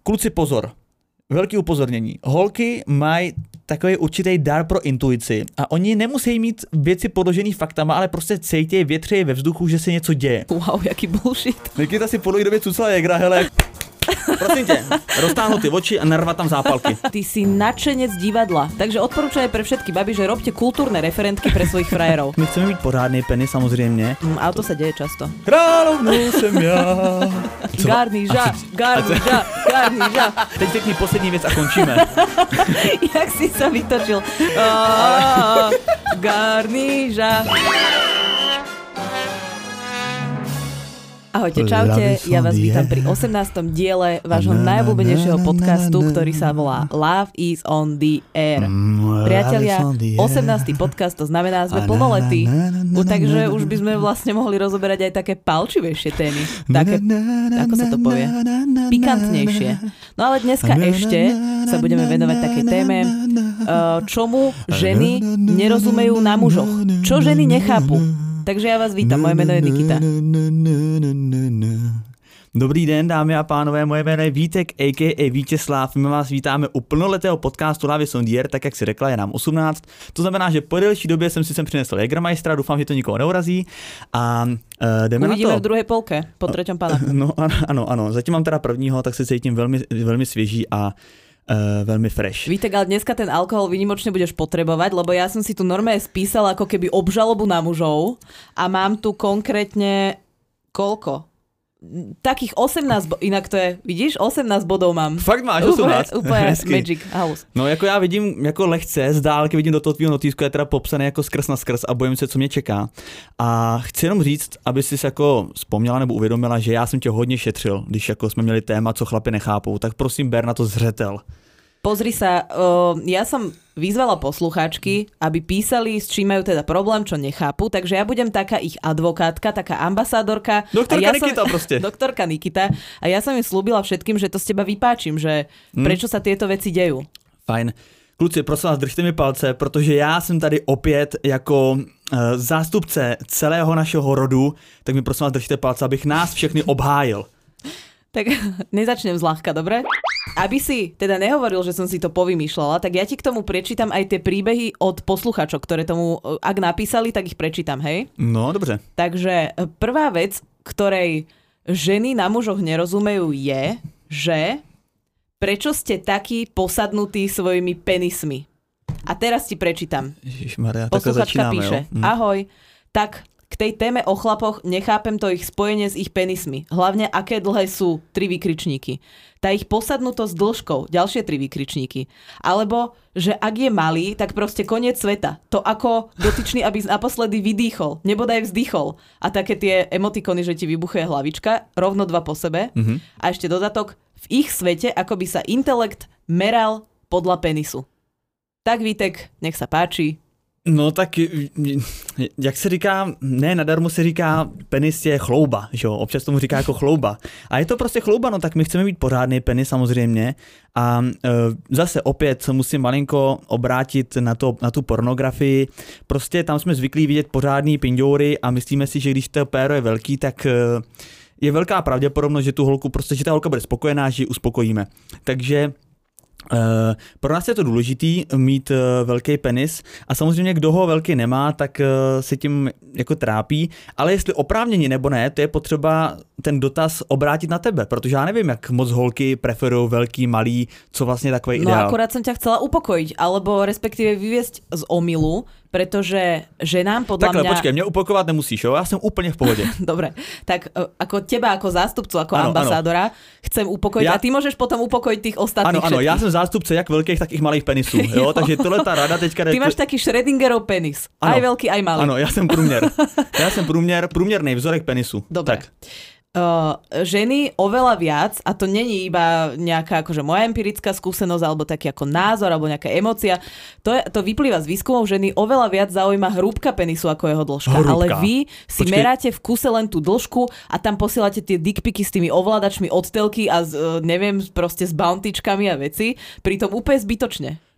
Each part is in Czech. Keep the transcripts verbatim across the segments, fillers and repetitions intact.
kluci pozor. Velký upozornění. Holky mají takový určitý dar pro intuici a oni nemusí mít věci podložený faktama, ale prostě cítějí, větřejí ve vzduchu, že se něco děje. Wow, jaký bullshit. Nikita si po dlouhé době cucala Jägra, hele. Prosím tě, roztáhnu ty oči a narva tam zápalky. Ty si nadšenec divadla, takže odporúčam pre všetky baby, že robte kultúrne referentky pre svojich frajerov. My chceme mít pořádný penis samozřejmě. Mm, ale to sa deje často. Královnou jsem já. Garniža, garniža, garniža. Teď řekni poslední věc a končíme. Jak si sa vytočil. Garniža. Ahojte, čaute, ja vás vítam pri osemnástom diele vášho najobľúbenejšieho podcastu, ktorý sa volá Love is on the air. Priatelia, osemnásty podcast, to znamená, sme plnoletí, takže už by sme vlastne mohli rozoberať aj také palčivejšie témy. Také, ako sa to povie, pikantnejšie. No ale dneska ešte sa budeme venovať takej téme, čomu ženy nerozumejú na mužoch. Čo ženy nechápu. Takže já vás vítám, moje jméno je Nikita. Dobrý den, dámy a pánové, moje jméno je Vítek, a ká a Vítězslav. My vás vítáme u plnoletého podcastu Love is on the air, tak jak si řekla, je nám osmnáct. To znamená, že po delší době jsem si sem přinesl Jägermeistera, doufám, že to nikoho neurazí. A uh, jdeme Uvidíme na to. v druhé polke, po třetím pána. No ano, ano, zatím mám teda prvního, tak se cítím velmi, velmi svěží a Uh, veľmi fresh. Vítek, ale dneska ten alkohol výnimočne budeš potrebovať, lebo ja som si tu normálne spísala ako keby obžalobu na mužov a mám tu konkrétne koľko? Takých osemnásť, bo- inak to je, vidíš, osemnásť bodov mám. Fakt máš osemnásť? Úplně magic house. No jako já vidím jako lehce, z dálky vidím do toho tvýho notýsku, je teda popsané jako skrz na skrz a bojím se, co mě čeká. A chci jenom říct, aby jsi jako vzpomněla nebo uvědomila, že já jsem tě hodně šetřil, když jako jsme měli téma, co chlapi nechápou, tak prosím ber na to zřetel. Pozri sa, uh, ja som vyzvala poslucháčky, aby písali, s čím majú teda problém, čo nechápu, takže ja budem taká ich advokátka, taká ambasádorka. Doktorka ja Nikita som, proste. Doktorka Nikita. A ja som im slúbila všetkým, že to z teba vypáčim, že hmm. prečo sa tieto veci dejú. Fajn. Kluci, prosím vás, držte mi palce, protože já jsem tady opět jako uh, zástupce celého našeho rodu, tak mi prosím vás držte palce, abych nás všechny obhájil. Tak nezačnem zľahka, dobre? Aby si teda nehovoril, že som si to povymýšľala, tak ja ti k tomu prečítam aj tie príbehy od posluchačok, ktoré tomu, ak napísali, tak ich prečítam, hej? No, dobře. Takže prvá vec, ktorej ženy na mužoch nerozumejú je, že prečo ste takí posadnutí svojimi penismi. A teraz ti prečítam. Ježišmaria, posluchačka začínáme, píše, jo? Hm. ahoj, tak k tej téme o chlapoch nechápem to ich spojenie s ich penismi. Hlavne, aké dlhé sú, tri výkričníky. Tá ich posadnutosť dĺžkou, ďalšie tri výkričníky. Alebo, že ak je malý, tak proste koniec sveta. To ako dotyčný, aby naposledy vydýchol, nebodaj vzdychol. A také tie emotikony, že ti vybuchuje hlavička, rovno dva po sebe. Mm-hmm. A ešte dodatok, v ich svete, ako by sa intelekt meral podľa penisu. Tak Vítek, nech sa páči. No tak, jak se říká, ne nadarmo se říká, penis je chlouba, že jo, občas tomu říká jako chlouba. A je to prostě chlouba, no tak my chceme mít pořádný penis samozřejmě. A e, zase opět se musím malinko obrátit na, to, na tu pornografii. Prostě tam jsme zvyklí vidět pořádný pindoury a myslíme si, že když to péro je velký, tak e, je velká pravděpodobnost, že tu holku, prostě, že ta holka bude spokojená, že ji uspokojíme. Takže Uh, pro nás je to důležitý mít uh, velký penis a samozřejmě kdo ho velký nemá, tak uh, se tím jako trápí, ale jestli oprávnění nebo ne, to je potřeba ten dotaz obrátit na tebe, protože já nevím, jak moc holky preferují velký, malý, co vlastně takový no, ideál. No akorát som ťa chcela upokojiť, alebo respektíve vyviesť z omylu, pretože ženám podľa Takhle, mňa... počkej, mě upokovat nemusíš, jo? Já jsem úplně v pohodě. Dobre, tak ako teba ako zástupcu, ako ano, ambasádora ano. chcem upokojiť já... a ty môžeš potom upokojiť tých ostatných Ano, ano, všetkých. já jsem zástupce jak velkých, tak i malých penisů, jo? jo? Takže tohle ta rada teďka... Ty máš taký Schrödingerov penis, ano. Aj veľký, aj malý. Ano, já jsem průměr. Já jsem průměr, průměrný vzorek penisu. Dobre. Tak. Uh, ženy oveľa viac, a to není iba nejaká akože moja empirická skúsenosť alebo taký ako názor alebo nejaká emócia, to, je, to vyplýva z výskumov, ženy oveľa viac zaujíma hrúbka penisu ako jeho dĺžka. Hrúbka. Ale vy si Počkej. meráte v kuse len tú dĺžku a tam posielate tie dickpiky s tými ovládačmi od telky a z, neviem, proste s bountyčkami a veci, pritom úplne zbytočne.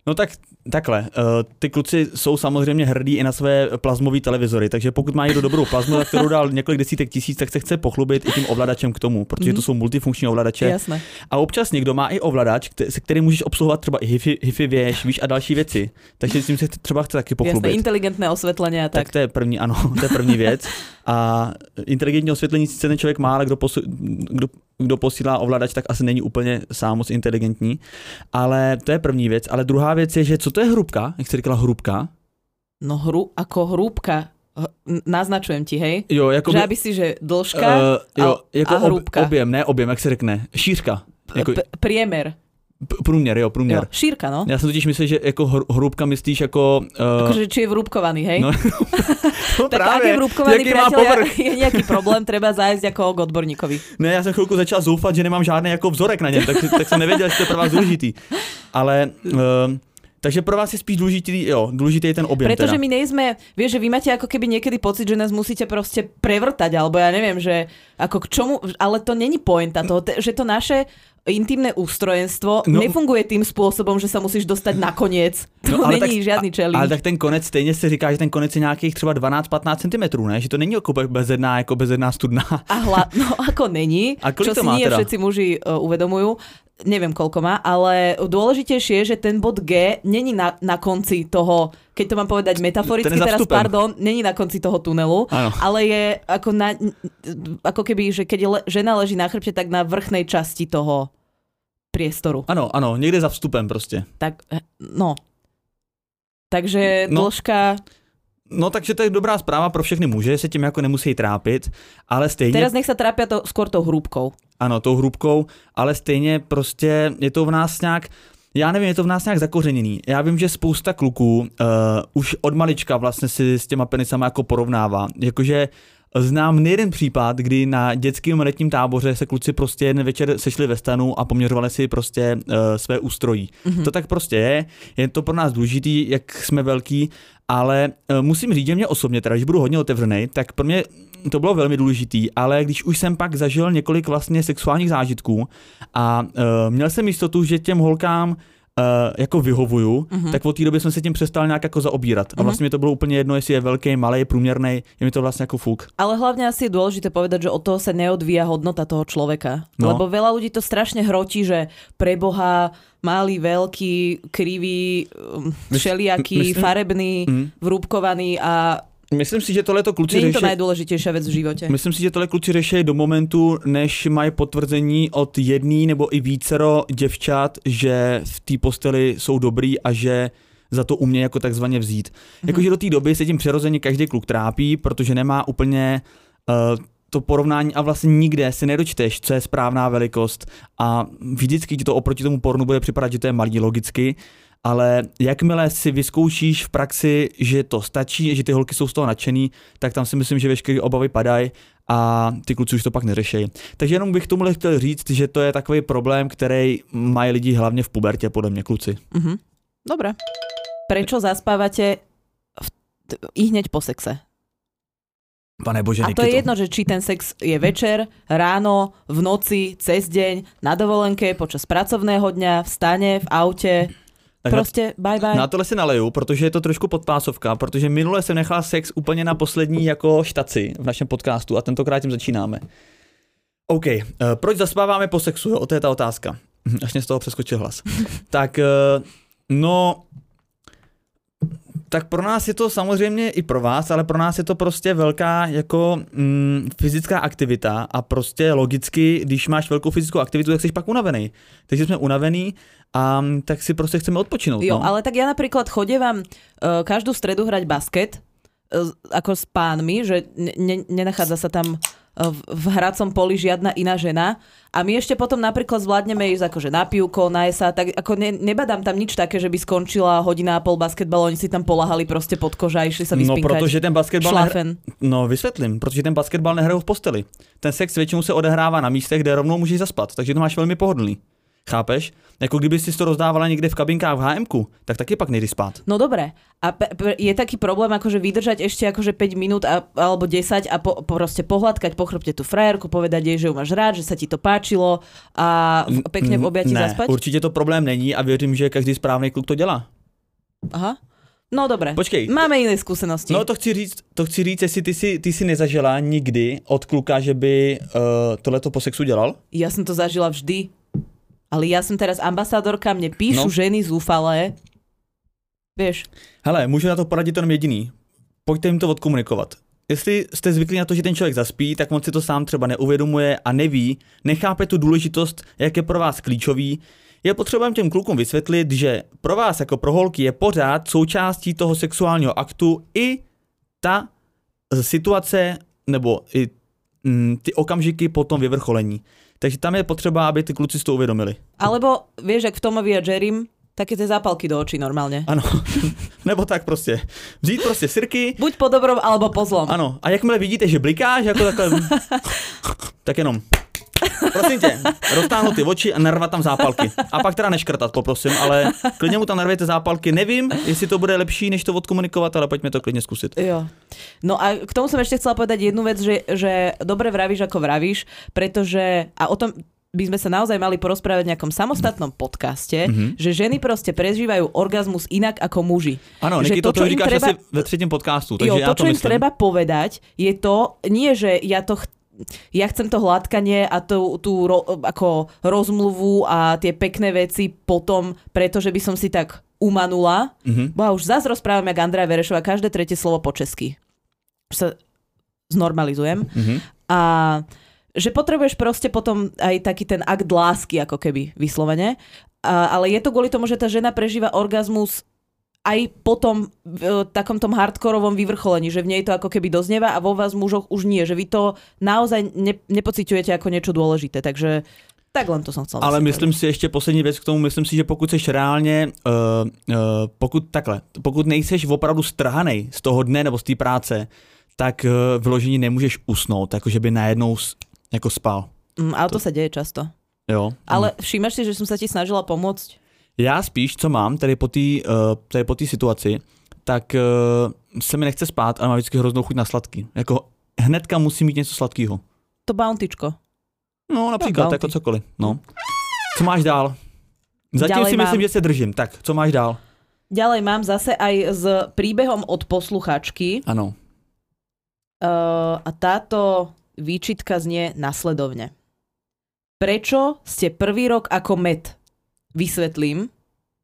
No tak takhle, ty kluci jsou samozřejmě hrdí i na své plazmové televizory, takže pokud má někdo dobrou plazmu, na kterou dal několik desítek tisíc, tak se chce pochlubit i tím ovladačem k tomu, protože to jsou multifunkční ovladače. Jasné. A občas někdo má i ovladač, se kterým můžeš obsluhovat třeba i hi-fi, hi-fi věž, víš, a další věci. Takže s tím se třeba chce taky pochlubit. Jasné, inteligentné osvětlení a tak. Tak to je první, ano, to je první věc. A inteligentní osvětlení sice ten člověk má, ale kdo, posu, kdo, kdo posílá ovladač, tak asi není úplně sám moc inteligentní. Ale to je první věc. Ale druhá věc je, že co to je hrubka? Jak jsi říkala hrubka? No hru, ako hrúbka. Naznačujem ti, hej? Jo, jako že by, aby si, že dĺžka uh, jo, jako a hrúbka. Ob, objem, ne objem, jak se řekne. Šířka. Jako, P- priemer. P- průměr, jo, průměr. Jo, šírka, no. Já jsem totiž myslel, že jako hrůbka myslíš jako... Uh... Akože či je vrúbkovaný, hej? No, no tak právě. ak je vrúbkovaný, priateľ, je nejaký problém, treba zájsť jako k odborníkovi. Ne, já jsem chvilku začal zoufat, že nemám žádný jako vzorek na něm, tak, tak jsem nevěděl, že to je pro vás důležitý. Ale... Uh... Takže pro vás je spíš důležitý, jo, důležitý je ten objem. Pretože teda. my nejsme, vieš, že vy máte ako keby niekedy pocit, že nás musíte proste prevrtať, alebo ja neviem, že ako k čomu, ale to není pointa toho, že to naše intimné ústrojenstvo no, nefunguje tým spôsobom, že sa musíš dostať na koniec. To no, není tak, žiadny challenge. Ale tak ten konec stejně se říká, že ten konec je nějakých třeba dvanáct patnáct centimetrů, ne? Že to není jako bezedná, jako bezedná studna. A hla, no ako není, a čo si nie teda? Všetci muži uh, uvedomujú. Neviem, koľko má, ale dôležitejšie je, že ten bod G není na, na konci toho, keď to mám povedať metaforicky, teraz pardon, není na konci toho tunelu, ano. Ale je ako, na, ako keby, že keď le, žena leží na chrbte, tak na vrchnej časti toho priestoru. Ano, ano, někde za vstupem prostě. Tak, no. Takže no. Dĺžka... No takže to je dobrá zpráva pro všechny muže, se tím jako nemusí trápit, ale stejně... Teraz nech sa trápia to, skôr tou hrúbkou. Ano, tou hrůbkou, ale stejně prostě je to v nás nějak, já nevím, je to v nás nějak zakořeněný. Já vím, že spousta kluků uh, už od malička vlastně si s těma penisama jako porovnává. Jakože znám nejeden případ, kdy na dětském letním táboře se kluci prostě jeden večer sešli ve stanu a poměřovali si prostě uh, své ústrojí. Mm-hmm. To tak prostě je, je to pro nás důležitý, jak jsme velký, ale uh, musím říct, že mě osobně, teda když budu hodně otevřený, tak pro mě to bylo velmi důležitý, ale když už jsem pak zažil několik vlastně sexuálních zážitků a uh, měl jsem jistotu, že těm holkám Uh, jako vyhovuju, uh-huh. tak od té doby jsem se tím přestal nějak jako zaobírat. A vlastně mi to bylo úplně jedno, jestli je velký, malý, průměrný, je mi to vlastně jako fuk. Ale hlavne asi je dôležité povedať, že od toho sa neodvíja hodnota toho človeka. No. Lebo veľa ľudí to strašne hrotí, že pre Boha malý, veľký, krivý, všelijaký, farebný, mm. vrúbkovaný a myslím si, že tohle to kluci řeší. Není to najdůležitější věc v životě. Myslím si, že tohle kluci řeší do momentu, než mají potvrzení od jedný nebo i vícero děvčat, že v té posteli jsou dobrý a že za to umějí jako takzvaně vzít. Mm-hmm. Jakože do té doby se tím přirozeně každý kluk trápí, protože nemá úplně uh, to porovnání a vlastně nikde si nedočteš, co je správná velikost a vždycky ti to oproti tomu pornu bude připadat, že to je malý logicky. Ale jakmile si vyzkoušíš v praxi, že to stačí, že ty holky jsou z toho nadšený, tak tam si myslím, že veškeré obavy padají a ty kluci už to pak neřešejí. Takže jenom bych tomu chtěl říct, že to je takový problém, který mají lidi hlavně v pubertě, podle mě kluci. Mm-hmm. Dobre. Prečo zaspávate v t- i hneď po sexe? Pane Bože, a to je jedno, že či ten sex je večer, ráno, v noci, cez deň, na dovolenke, počas pracovného dňa, v stane, v aute... Tak prostě bye bye. Na tohle si naleju, protože je to trošku podpásovka, protože minule jsem nechal sex úplně na poslední jako štaci v našem podcastu a tentokrát tím začínáme. OK, uh, proč zaspáváme po sexu, jo? To je ta otázka. Až mě z toho přeskočil hlas. tak, uh, no... Tak pro nás je to samozřejmě i pro vás, ale pro nás je to prostě velká jako mm, fyzická aktivita a prostě logicky, když máš velkou fyzickou aktivitu, tak jsi pak unavený. Takže jsme unavený a tak si prostě chceme odpočinout. Jo, no. Ale tak ja napríklad chodievam uh, každú stredu hrať basket uh, ako s pánmi, že ne, nenachádza sa tam uh, v hracom poli žiadna iná žena a my ešte potom napríklad zvládneme ísť akože na pivko, na esa, tak ako ne, nebadám tam nič také, že by skončila hodina a pol basketbalu, oni si tam polahali prostě pod koža a išli sa vyspinkať. No, protože ten basketbal nehra... No, vysvětlím, protože ten basketbal nehrajou v posteli. Ten sex většinou se odehrává na místech, kde rovnou můžeš zaspat, takže to máš velmi pohodlný. Chápeš? Jako kdyby si to rozdávala někde v kabinkách v há emku, tak taky pak nejdi spát. No dobré. A pe- pe- je taký problém akože vydržať ešte akože päť minút a, alebo desať a po, po, proste pohľadkať po chrbte tú frajerku, povedať jej, že ju máš rád, že sa ti to páčilo a v, pekne v objati ne, zaspať? Určitě to problém není a věřím, že každý správný kluk to dělá. Aha. No dobré, Počkej. Máme jiné skúsenosti. No to chci říct, to chci říct, jestli ty si, ty si nezažila nikdy od kluka, že by uh, tohleto po sexu dělal? Ja som to zažila vždy. Ale ja som teraz ambasádorka, mne píšu no. ženy zúfalé. Vieš. Hele, můžu na to poradit jenom jediný. Pojďte jim to odkomunikovat. Jestli jste zvyklí na to, že ten člověk zaspí, tak on si to sám třeba neuvědomuje a neví, nechápe tu důležitost, jak je pro vás klíčový. Je potřeba těm klukům vysvětlit, že pro vás jako pro holky je pořád součástí toho sexuálního aktu i ta situace nebo i mm, ty okamžiky po tom vyvrcholení. Takže tam je potřeba, aby ty kluci si to uvědomili. Alebo vieš, jak v Tomovi a Jerrym, také tie zápalky do očí normálne. Ano, nebo tak prostě. Vzít prostě sirky. Buď po dobrom, alebo po zlom. Ano, a jakmile vidíte, že blikáš, jako takhle, tak jenom... Prosím tě, roztáhnout ty oči a narvat tam zápalky. A pak teda neškrtat, poprosím, ale klidně mu tam narvěte zápalky. Nevím, jestli to bude lepší, než to odkomunikovat, ale pojďme to klidně zkusit. Jo. No a k tomu som ešte chcela povedať jednu vec, že, že dobre vravíš, ako vravíš, pretože, a o tom by sme sa naozaj mali porozprávať v nejakom samostatnom podcaste, mm-hmm. že ženy proste prežívajú orgazmus inak ako muži. Áno, Niky, to, to říkáš treba... asi ve třetím podcastu, takže jo, ja to, to čo myslím. im treba povedať, je to, nie že ja to ch- ja chcem to hladkanie a tú, tú ro, ako rozmluvu a tie pekné veci potom, pretože by som si tak umanula. Mm-hmm. Bo už zás rozprávam jak Andrea Verešová, každé tretie slovo po česky. Sa znormalizujem. Mm-hmm. A že potrebuješ proste potom aj taký ten akt lásky, ako keby vyslovene. A, ale je to kvôli tomu, že tá žena prežíva orgazmus aj po tom v takom tom hardkorovom vyvrcholení, že v nej to ako keby doznieva a vo vás mužoch už nie, že vy to naozaj ne, nepociťujete ako niečo dôležité, takže tak len to som chcela. Ale myslím si ještě poslední věc k tomu, myslím si, že pokud seš reálně, uh, uh, pokud takhle, pokud nejseš opravdu strhanej z toho dne nebo z té práce, tak uh, vložení nemůžeš usnout, jakože by najednou jako spal. Mm, ale to, to sa deje často. Jo. Ale všímaš si, že som sa ti snažila pomôcť? Já spíš, co mám tady po té uh, tady po té situaci, tak uh, se mi nechce spát, ale mám vždycky hroznou chuť na sladký. Jako hnedka musím mít něco sladkého. To bountyčko. No například, no, jako cokoliv. No. Co máš dál? Zatím Ďalej si mám. myslím, že se držím. Tak, co máš dál? Ďalej mám zase aj s príbehom od posluchačky. Ano. Uh, a táto výčitka znie nasledovne. Prečo ste prvý rok ako med? Vysvetlím.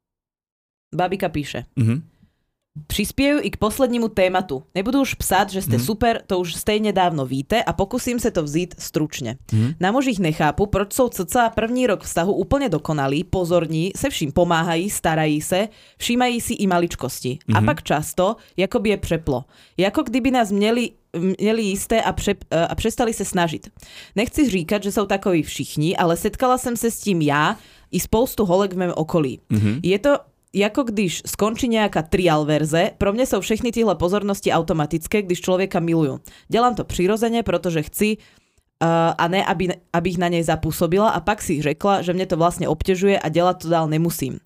Babika píše. Mm-hmm. Přispěju i k poslednímu tématu. Nebudu už psát, že jste mm-hmm. super, to už stejně dávno víte a pokusím se to vzít stručně. Mm-hmm. Na mužích nechápu, proč jsou cca první rok vztahu úplně dokonalí, pozorní, se vším pomáhají, starají se, všímají si i maličkosti. Mm-hmm. A pak často, jako by je přeplo. Jako kdyby nás měli měli jisté a, pře, a přestali se snažit. Nechci říkat, že jsou takoví všichni, ale setkala jsem se s tím já i spoustu holek v mém okolí. Mm-hmm. Je to jako když skončí nějaká trial verze, pro mě jsou všechny tyhle pozornosti automatické, když člověka miluju. Dělám to přirozeně, protože chci uh, a ne, aby, abych na něj zapůsobila a pak si řekla, že mě to vlastně obtěžuje a dělat to dál nemusím.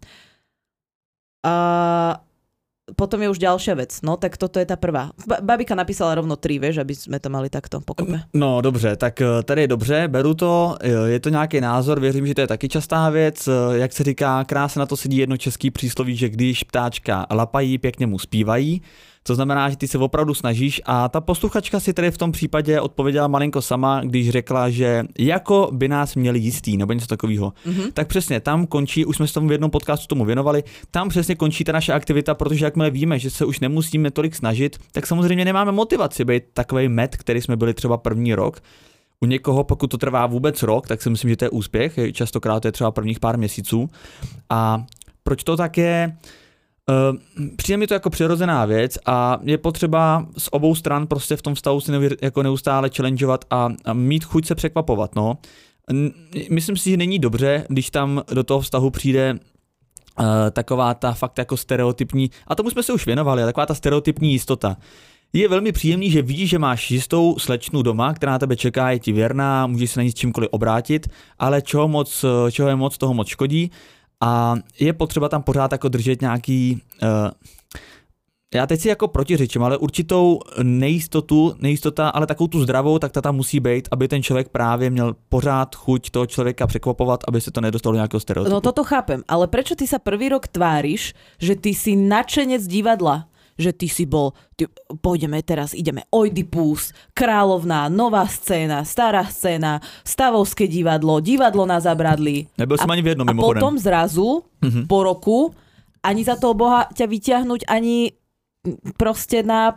Uh, Potom je už ďalšia vec, no tak toto je tá prvá. Babika napísala rovno tri, vieš, aby sme to mali takto pokope. No dobře, tak tady je dobře, beru to, je to nějaký názor, věřím, že to je taky častá věc, jak se říká, krásně na to sedí jedno český přísloví, že když ptáčka lapají, pěkně mu zpívají. To znamená, že ty se opravdu snažíš a ta posluchačka si tady v tom případě odpověděla malinko sama, když řekla, že jako by nás měli jistý, nebo něco takového. Mm-hmm. Tak přesně, tam končí, už jsme se tomu v jednom podcastu tomu věnovali, tam přesně končí ta naše aktivita, protože jakmile víme, že se už nemusíme tolik snažit, tak samozřejmě nemáme motivaci být takovej med, který jsme byli třeba první rok. U někoho, pokud to trvá vůbec rok, tak si myslím, že to je úspěch, častokrát to je třeba prvních pár měsíců. A proč to tak je? Uh, přijde mi to jako přirozená věc a je potřeba z obou stran prostě v tom vztahu si nevě, jako neustále challengeovat a, a mít chuť se překvapovat. No. Myslím si, že není dobře, když tam do toho vztahu přijde uh, taková ta fakt jako stereotypní, a tomu jsme se už věnovali, taková ta stereotypní jistota. Je velmi příjemný, že víš, že máš jistou slečnu doma, která na tebe čeká, je ti věrná, můžeš se na ní s čímkoliv obrátit, ale čeho, moc, čeho je moc, toho moc škodí. A je potřeba tam pořád jako držet nějaký, uh, já teď si jako protiřečím, ale určitou nejistotu, nejistota, ale takovou tu zdravou, tak ta tam musí být, aby ten člověk právě měl pořád chuť toho člověka překvapovat, aby se to nedostalo do nějakého stereotypu. No toto chápem, ale prečo ty sa prvý rok tváriš, že ty si nadšenec divadla? Že ty si bol, ty, pôjdeme teraz, ideme Oidipus, Kráľovná, nová scéna, stará scéna, Stavovské divadlo, divadlo na Zabradlí. Nebyl som ani v jednom mimochodem. A potom zrazu, mm-hmm. po roku, ani za toho Boha ťa vyťahnuť, ani proste na,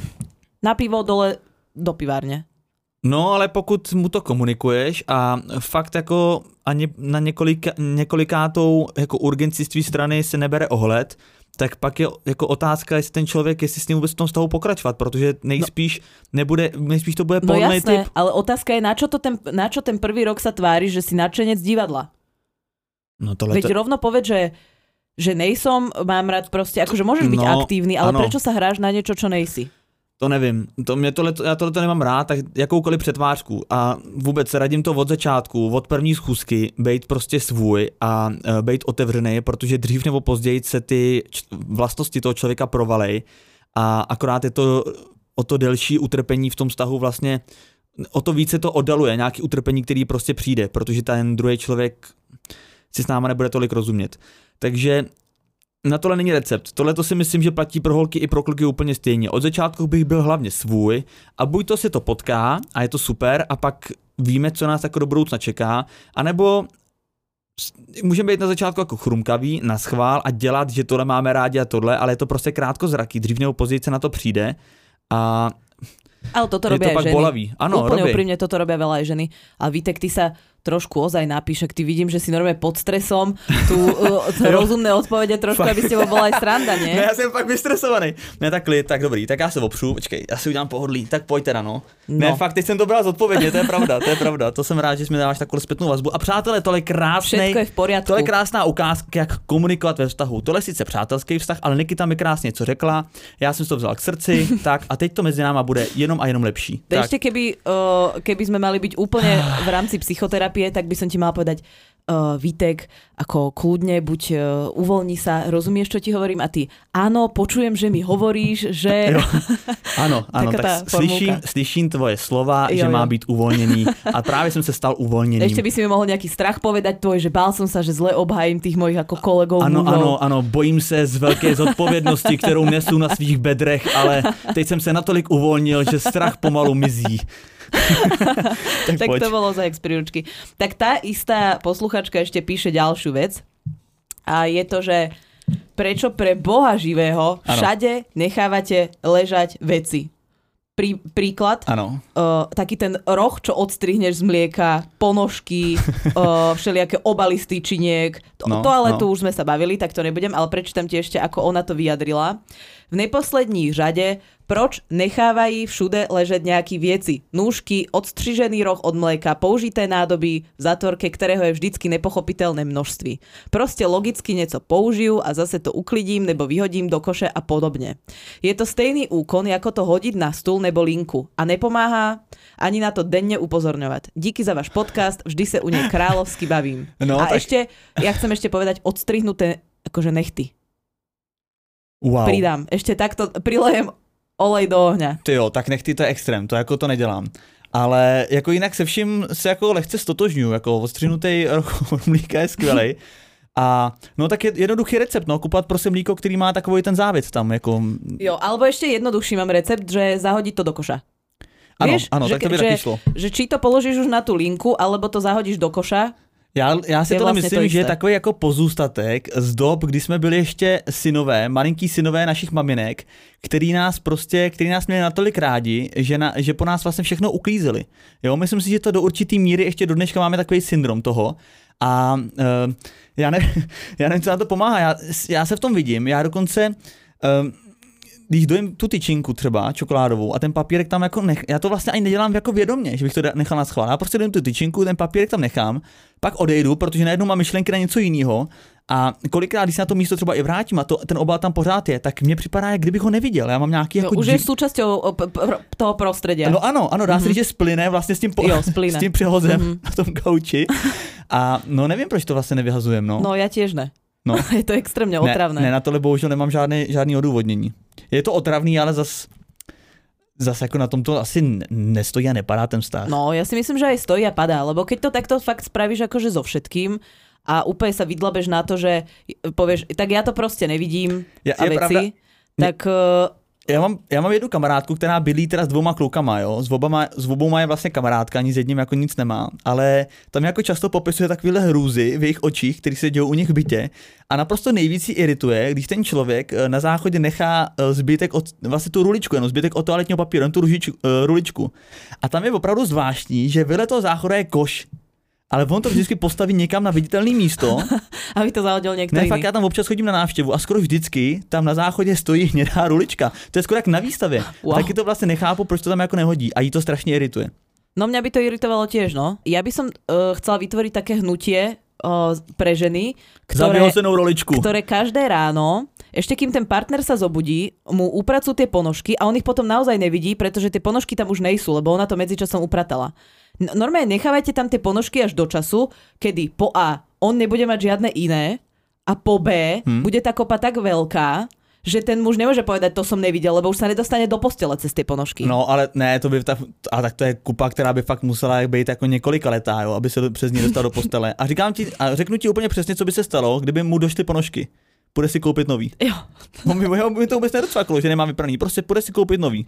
na pivo dole do pivárne. No, ale pokud mu to komunikuješ a fakt jako ani na několika, několikátou jako urgenci z tvý strany se nebere ohled, tak pak je jako otázka, jestli ten člověk, jestli s ním vůbec v tom vztahu pokračovat, protože nejspíš nebude, nejspíš to bude pohodlný typ. No jasné, ale otázka je, na čo, to ten, na čo ten prvý rok sa tvári, že si nadšenec divadla? No tohle Veď to... rovno povedz, že že nejsom, mám rád proste, akože môžeš byť no, aktívny, ale ano. prečo sa hráš na niečo, čo nejsi? To nevím, to mě tohle, já tohle to nemám rád, tak jakoukoliv přetvářku a vůbec radím to od začátku, od první schůzky, bejt prostě svůj a uh, bejt otevřený, protože dřív nebo později se ty č- vlastnosti toho člověka provalej a akorát je to o to delší utrpení v tom vztahu vlastně, o to více to oddaluje, nějaký utrpení, který prostě přijde, protože ten druhý člověk si s náma nebude tolik rozumět. Takže na tohle není recept. Tohle to si myslím, že platí pro holky i pro kluky úplně stejně. Od začátku bych byl hlavně svůj a buď to si to potká a je to super a pak víme, co nás jako do budoucna čeká, anebo můžeme být na začátku jako chrumkaví, na schvál a dělat, že tohle máme rádi a tohle, ale je to prostě krátkozraký, dřív nebo později se na to přijde a ale toto je robia to aj pak ženy. bolavý. Ano, úplne robí. úprimne toto robia veľa aj ženy. A Vítek, ty sa trošku ozaj napíš, ty vidím, že si normálne pod stresom, tu uh, rozumné odpovede trošku, aby ste bola aj sranda, nie? Ne, já jsem fakt vystresovaný. Ne, tak klid, tak dobrý, tak já se opřu, počkej, já si udělám pohodlí, tak pojď teda, no. no. Ne, fakt, teď jsem to bral zodpovědně, to je pravda, to je pravda, to jsem rád, že jsi mi dáváš takovou zpětnou vazbu. A přátelé, tohle je krásný, všetko je v poriadku. tohle je krásná ukázka, jak komunikovat ve vztahu. Tohle je sice přátelský vztah, ale Nikita mi krásně něco řekla, já jsem si to vzal k srdci, tak a teď to mezi náma bude jenom a jenom lepší. Ešte keby, uh, keby sme mali byť úplne v rámci psychoterapie, tak by som ti mal povedať, uh, Vítek, ako kľudne, buď uh, uvoľni sa, rozumieš, čo ti hovorím? A ty, áno, počujem, že mi hovoríš, že... Jo. Ano, ano, tak slyším, slyším tvoje slova, jo, že jo. Má být uvolněný a právě jsem se stal uvolněným. Ešte by si mi mohol nejaký strach povedať tvoj, že bál som sa, že zle obhajím tých mojich ako kolegov. Ano, mužov. ano, ano, bojím se z velké zodpovědnosti, kterou nesu na svých bedrech, ale teď jsem se natolik uvolnil, že strach pomalu mizí. tak tak poď. to bolo za ex príručky. Tak tá istá posluchačka ešte píše ďalšiu vec a je to, že prečo pre Boha živého všade nechávate ležať veci. Prí, príklad, ano. Uh, taký ten roh, čo odstrihneš z mlieka, ponožky, uh, všelijaké obaly z tyčiniek. To, no, to ale no. tu už sme sa bavili, tak to nebudem, ale prečítam ti ešte, ako ona to vyjadrila. V neposlední řade, proč nechávají všude ležet nejaký vieci? Nůžky, odstřižený roh od mlieka, použité nádoby, v zatvorke, ktorého je vždycky nepochopiteľné množství. Proste logicky něco použijú a zase to uklidím nebo vyhodím do koše a podobne. Je to stejný úkon, ako to hodiť na stůl nebo linku a nepomáhá ani na to denne upozorňovať. Díky za váš podcast, vždy sa u nej kráľovsky bavím. No, a tak... ešte, ja chcem ešte povedať, odstrihnuté akože nechty. Wow. Pridám. Ešte takto prilejem olej do ohňa. Ty jo, tak nechty, to je extrém, to jako to nedělám. Ale jako jinak se vším se jako lehce stotožňuju, jako odstřihnutý roh mlíka je skvělej. A no tak je jednoduchý recept, no, kupovat prosím mlíko, který má takový ten závět tam, jako... Jo, alebo ešte jednoduchší mám recept, že zahodiť to do koša. Ano, Vieš, ano, že, tak to by že, taky šlo. Že či to položíš už na tú linku, alebo to zahodíš do koša. Já, já si tohle vlastně myslím, to že je takový jako pozůstatek z dob, kdy jsme byli ještě synové, malinký synové našich maminek, který nás prostě, který nás měli natolik rádi, že, na, že po nás vlastně všechno uklízeli. Jo, myslím si, že to do určitý míry ještě do dneška máme takový syndrom toho. A uh, já, ne, já nevím, co na to pomáhá, já, já se v tom vidím, já dokonce... Uh, když dojím tu tyčinku třeba čokoládovou a ten papírek tam jako nech, já to vlastně ani nedělám jako vědomě, že bych to nechal na schvál. Já prostě dojím tu tyčinku, ten papírek tam nechám, pak odejdu, protože najednou mám myšlenky na něco jiného a kolikrát, když se na to místo třeba i vrátím a to, ten obal tam pořád je, tak mně připadá, jak kdybych ho neviděl. Já mám nějaký jako... Jo, už je súčasťou toho prostredia. No ano, ano, dá se mm-hmm. říct, že splyne vlastně s tím, po... jo, s tím přehozem mm-hmm. na tom gauči. A no nevím, proč to vlastně nevyhazujem, no. No ja tiež ne. No. Je to extrémně otravné. Ne, ne, na tohle bohužel nemám žádný, žádný odůvodnění. Je to otravný, ale zas, zas jako na tom to asi nestojí a nepadá ten vztah. No, ja si myslím, že aj stojí a padá, lebo keď to takto fakt spravíš akože so všetkým a úplne sa vydlabeš na to, že povieš, tak ja to proste nevidím je, a je veci, pravda, tak... Uh, Já mám, já mám jednu kamarádku, která bydlí teda s dvouma klukama, jo. S obama, s obouma je vlastně kamarádka, ani s jedním jako nic nemá, ale tam jako často popisuje takovéhle hrůzy v jejich očích, které se dějou u nich v bytě. A naprosto nejvíc jí irituje, když ten člověk na záchodě nechá zbytek od, vlastně tu ruličku, jenom zbytek od toaletního papíru, jen tu ružič, ruličku. A tam je opravdu zvláštní, že vedle toho záchoda je koš. Ale on to vždycky postaví někam na viditelné místo. Aby to zahodil někdo jiný. Ne, fakt já tam občas chodím na návštěvu a skoro vždycky tam na záchodě stojí hnědá rulička. To je skoro jak na výstavě. Wow. Taky to vlastně nechápu, proč to tam jako nehodí. A jí to strašně irituje. No mňa by to iritovalo tiež, no. Ja by som uh, chcela vytvoriť také hnutie uh, pre ženy, ktoré, roličku. ktoré každé ráno, ešte kým ten partner sa zobudí, mu upracujú tie ponožky a on ich potom naozaj nevidí, pretože tie ponožky tam už nejsú, lebo ona to medzičasom upratala. Normálne nechávajte tam tie ponožky až do času, kedy po A on nebude mať žiadne iné a po B hmm. bude tá kopa tak veľká, že ten muž nemôže povedať, to som nevidel, lebo už sa nedostane do postele cez tie ponožky. No ale ne, to by ta, a tak to je kupa, která by fakt musela být jako několika letá, jo, aby se přes ní dostal do postele. A říkám ti, a řeknu ti úplně přesně, co by se stalo, kdyby mu došly ponožky. Půjde si koupit nový. Jo. On by, by to vůbec nedocvaklo, že nemá vypraný, prostě půjde si koupit nový.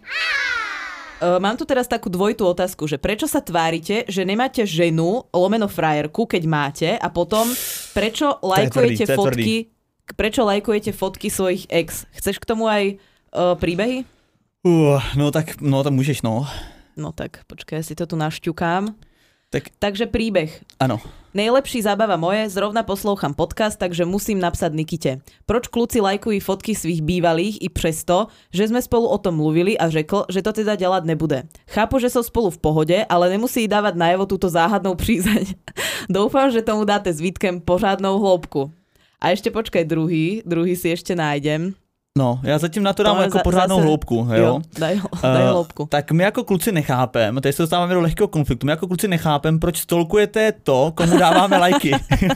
Uh, mám tu teraz takú dvojitú otázku, že prečo sa tvárite, že nemáte ženu, lomeno frajerku, keď máte, a potom prečo lajkujete tvrdý, fotky, prečo lajkujete fotky svojich ex? Chceš k tomu aj uh, príbehy? Uh, no tak, no tam můžeš, no. No tak, počkaj, ja si to tu našťukám. Tak. Takže príbeh. Ano. Nejlepší zábava moje, zrovna poslouchám podcast, takže musím napsat Nikite. Proč kluci lajkují fotky svých bývalých i přesto, že jsme spolu o tom mluvili a řekl, že to teda dělat nebude. Chápu, že jsou spolu v pohodě, ale nemusí dávat najevo túto záhadnou přízeň. Doufám, že tomu dáte s Vítkem pořádnou hloubku. A ještě počkej, druhý, druhý si ještě nájdem. No, já zatím na to dám to jako za, pořádnou zase... hloubku, jo. jo daj, daj uh, hloubku. Tak my jako kluci nechápem, tady se dostáváme do lehkého konfliktu, my jako kluci nechápem, proč stolkujete to, komu dáváme lajky.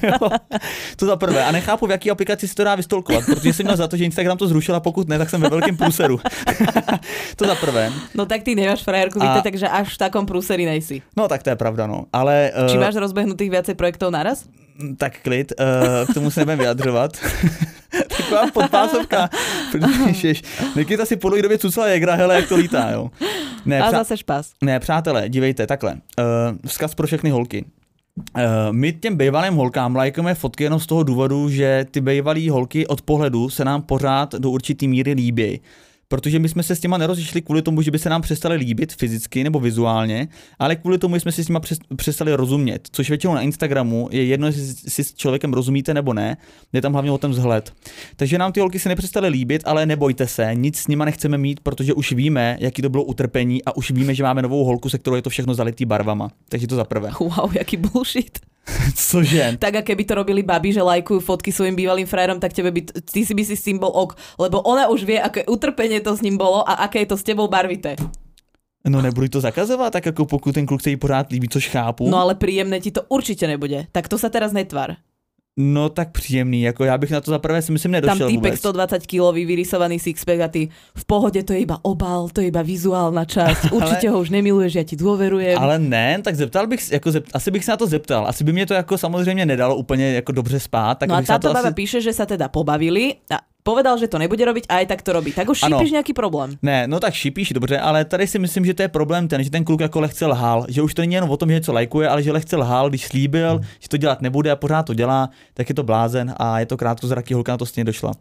To za prvé. A nechápu, v jaký aplikaci si to dá vystolkovat, protože jsem měl za to, že Instagram to zrušil a pokud ne, tak jsem ve velkém průseru. To za prvé. No tak ty nemáš frajerku, a... víte, takže až v takom průseri nejsi. No tak to je pravda, no. Ale, uh... Či máš rozbehnutých viacej projektov naraz? Tak klid, uh, k tomu se nebudeme vyjadřovat. Taková podpásovka. Nikita si po dlouhé době cucla jegra, hele, jak to lítá, jo. Ne, a přá... zase špás. Ne, přátelé, dívejte, takhle. Uh, vzkaz pro všechny holky. Uh, my těm bejvalým holkám lajkujeme fotky jenom z toho důvodu, že ty bejvalý holky od pohledu se nám pořád do určitý míry líbí. Protože my jsme se s těma nerozišli kvůli tomu, že by se nám přestali líbit fyzicky nebo vizuálně, ale kvůli tomu jsme si s těma přestali rozumět, což většinou na Instagramu je jedno, jestli si s člověkem rozumíte nebo ne, je tam hlavně o ten vzhled. Takže nám ty holky se nepřestaly líbit, ale nebojte se, nic s nima nechceme mít, protože už víme, jaký to bylo utrpení a už víme, že máme novou holku, se kterou je to všechno zalitý barvama. Takže to za prvé. Wow, jaký bullshit. Cože? Tak a keby to robili babi, že lajkujú fotky svojim bývalým frajerom, tak tebe by, ty si by si s tým bol ok, lebo ona už vie, aké utrpenie to s ním bolo a aké je to s tebou barvité. No nebudu to zakazovat, tak jako pokud ten kluk se jí pořád líbí, což chápu. No ale príjemné ti to určite nebude, tak to sa teraz netvar. No tak příjemný, jako já bych na to za prvé si myslím nedošel tam týpek vůbec. sto dvadsať kilový vyrysovaný sixpack a ty v pohode, to je iba obal, to je iba vizuálna časť, určite ale, ho už nemiluješ, ja ti dôverujem. Ale ne, tak zeptal bych, jako zept, asi bych se na to zeptal, asi by mě to jako samozřejmě nedalo úplně jako dobře spát. Tak no a táto baba asi... píše, že sa teda pobavili a povedal, že to nebude robiť a aj tak to robí. Tak už šípíš nejaký problém. Ne, no tak šípíš, dobře, ale tady si myslím, že to je problém ten, že ten kluk jako lehce lhal, že už to není jenom o tom, že něco lajkuje, ale že lehce lhal, když slíbil, že to dělat nebude a pořád to dělá, tak je to blázen a je to krátkozraký, holka na to stejně došla.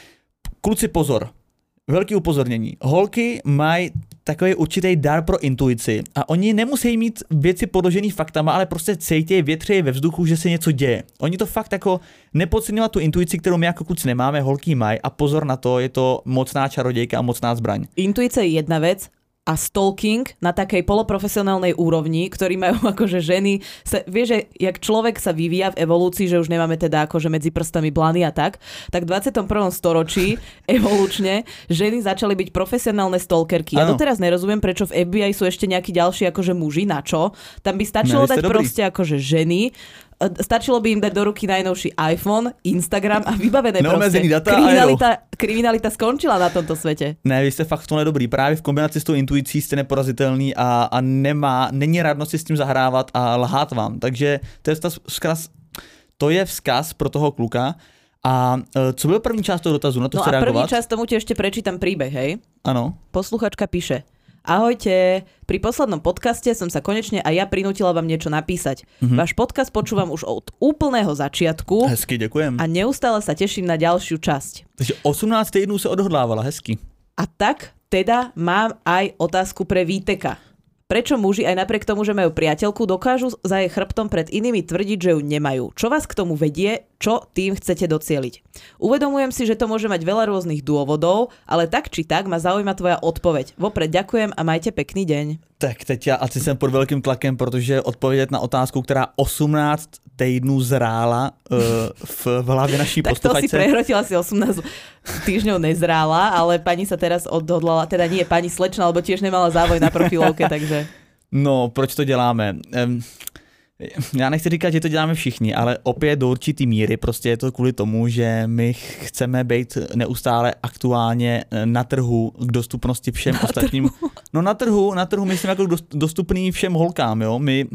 Kluci pozor, velký upozornění. Holky mají takový určitý dar pro intuici a oni nemusí mít věci podložený faktama, ale prostě cítějí, větřejí ve vzduchu, že se něco děje. Oni to fakt jako nepodceňují tu intuici, kterou my jako kluci nemáme, holky mají a pozor na to, je to mocná čarodějka a mocná zbraň. Intuice je jedna vec a stalking na takej poloprofesionálnej úrovni, ktorí majú akože ženy, sa, vie, že jak človek sa vyvíja v evolúcii, že už nemáme teda akože medzi prstami blany a tak, tak v dvadsiatom prvom storočí evolučne ženy začali byť profesionálne stalkerky. Ja doteraz nerozumiem, prečo v ef bí aj sú ešte nejakí ďalší akože muži, na čo? Tam by stačilo no, dať dobrý. Proste akože ženy, Stačilo by im dať do ruky najnovší iPhone, Instagram a vybavené proste. Data kriminalita, kriminalita skončila na tomto svete. Ne, vy jste fakt v tomhle dobrý. Právě v kombinaci s tou intuicí jste neporazitelný a, a nemá, není radno si s tím zahrávat a lhát vám. Takže to je vzkaz, to je vzkaz pro toho kluka. A co byl první část toho dotazu? Na to no chce a reagovat? první část tomu ti ešte prečítam príbeh, hej? Áno. Posluchačka píše: Ahojte, pri poslednom podcaste som sa konečne aj ja prinútila vám niečo napísať. Mm-hmm. Váš podcast počúvam už od úplného začiatku. Hezky, ďakujem. A neustále sa teším na ďalšiu časť. Takže osemnásť týdnů sa odhodlávala, hezky. A tak teda mám aj otázku pre Víteka. Prečo muži aj napriek tomu, že majú priateľku, dokážu za jej chrbtom pred inými tvrdiť, že ju nemajú? Čo vás k tomu vedie? Čo tým chcete docieliť? Uvedomujem si, že to môže mať veľa rôznych dôvodov, ale tak či tak ma zaujíma tvoja odpoveď. Vopred ďakujem a majte pekný deň. Tak teď já asi jsem pod velkým tlakem, protože odpovědět na otázku, která osmnáct týdnů zrála uh, v, v hlavě naší posluchačce. Tak to si prehrotila, si osemnásť týždňov nezrála, ale pani sa teraz odhodlala, teda nie pani slečna, lebo tiež nemala závoj na profilovke, takže... No, proč to děláme? Um, já nechci říkat, že to děláme všichni, ale opět do určitý míry prostě je to kvůli tomu, že my chceme být neustále aktuálně na trhu k dostupnosti všem na ostatním. Trhu. No na trhu, na trhu myslím jako dostupný všem holkám, jo. My,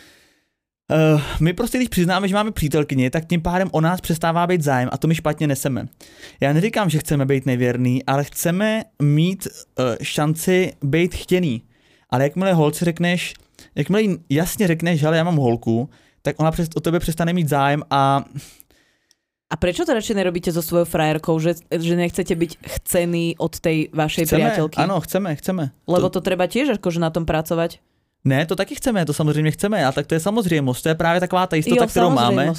uh, my prostě když přiznáme, že máme přítelkyni, tak tím pádem o nás přestává být zájem a to my špatně neseme. Já neříkám, že chceme být nevěrný, ale chceme mít uh, šanci být chtěný. Ale jakmile holce řekneš, jakmile jí jasně řekneš, že já mám holku, tak ona přes, o tebe přestane mít zájem a... A prečo to radšej nerobíte so svojou frajerkou, že, že nechcete byť chcený od tej vašej chceme, priateľky? Áno, chceme, chceme. Lebo to, to treba tiež akože na tom pracovať. Ne, to taky chceme, to samozřejmě chceme, a tak to je samozřejmost, to je právě taková ta jistota, jo, kterou máme.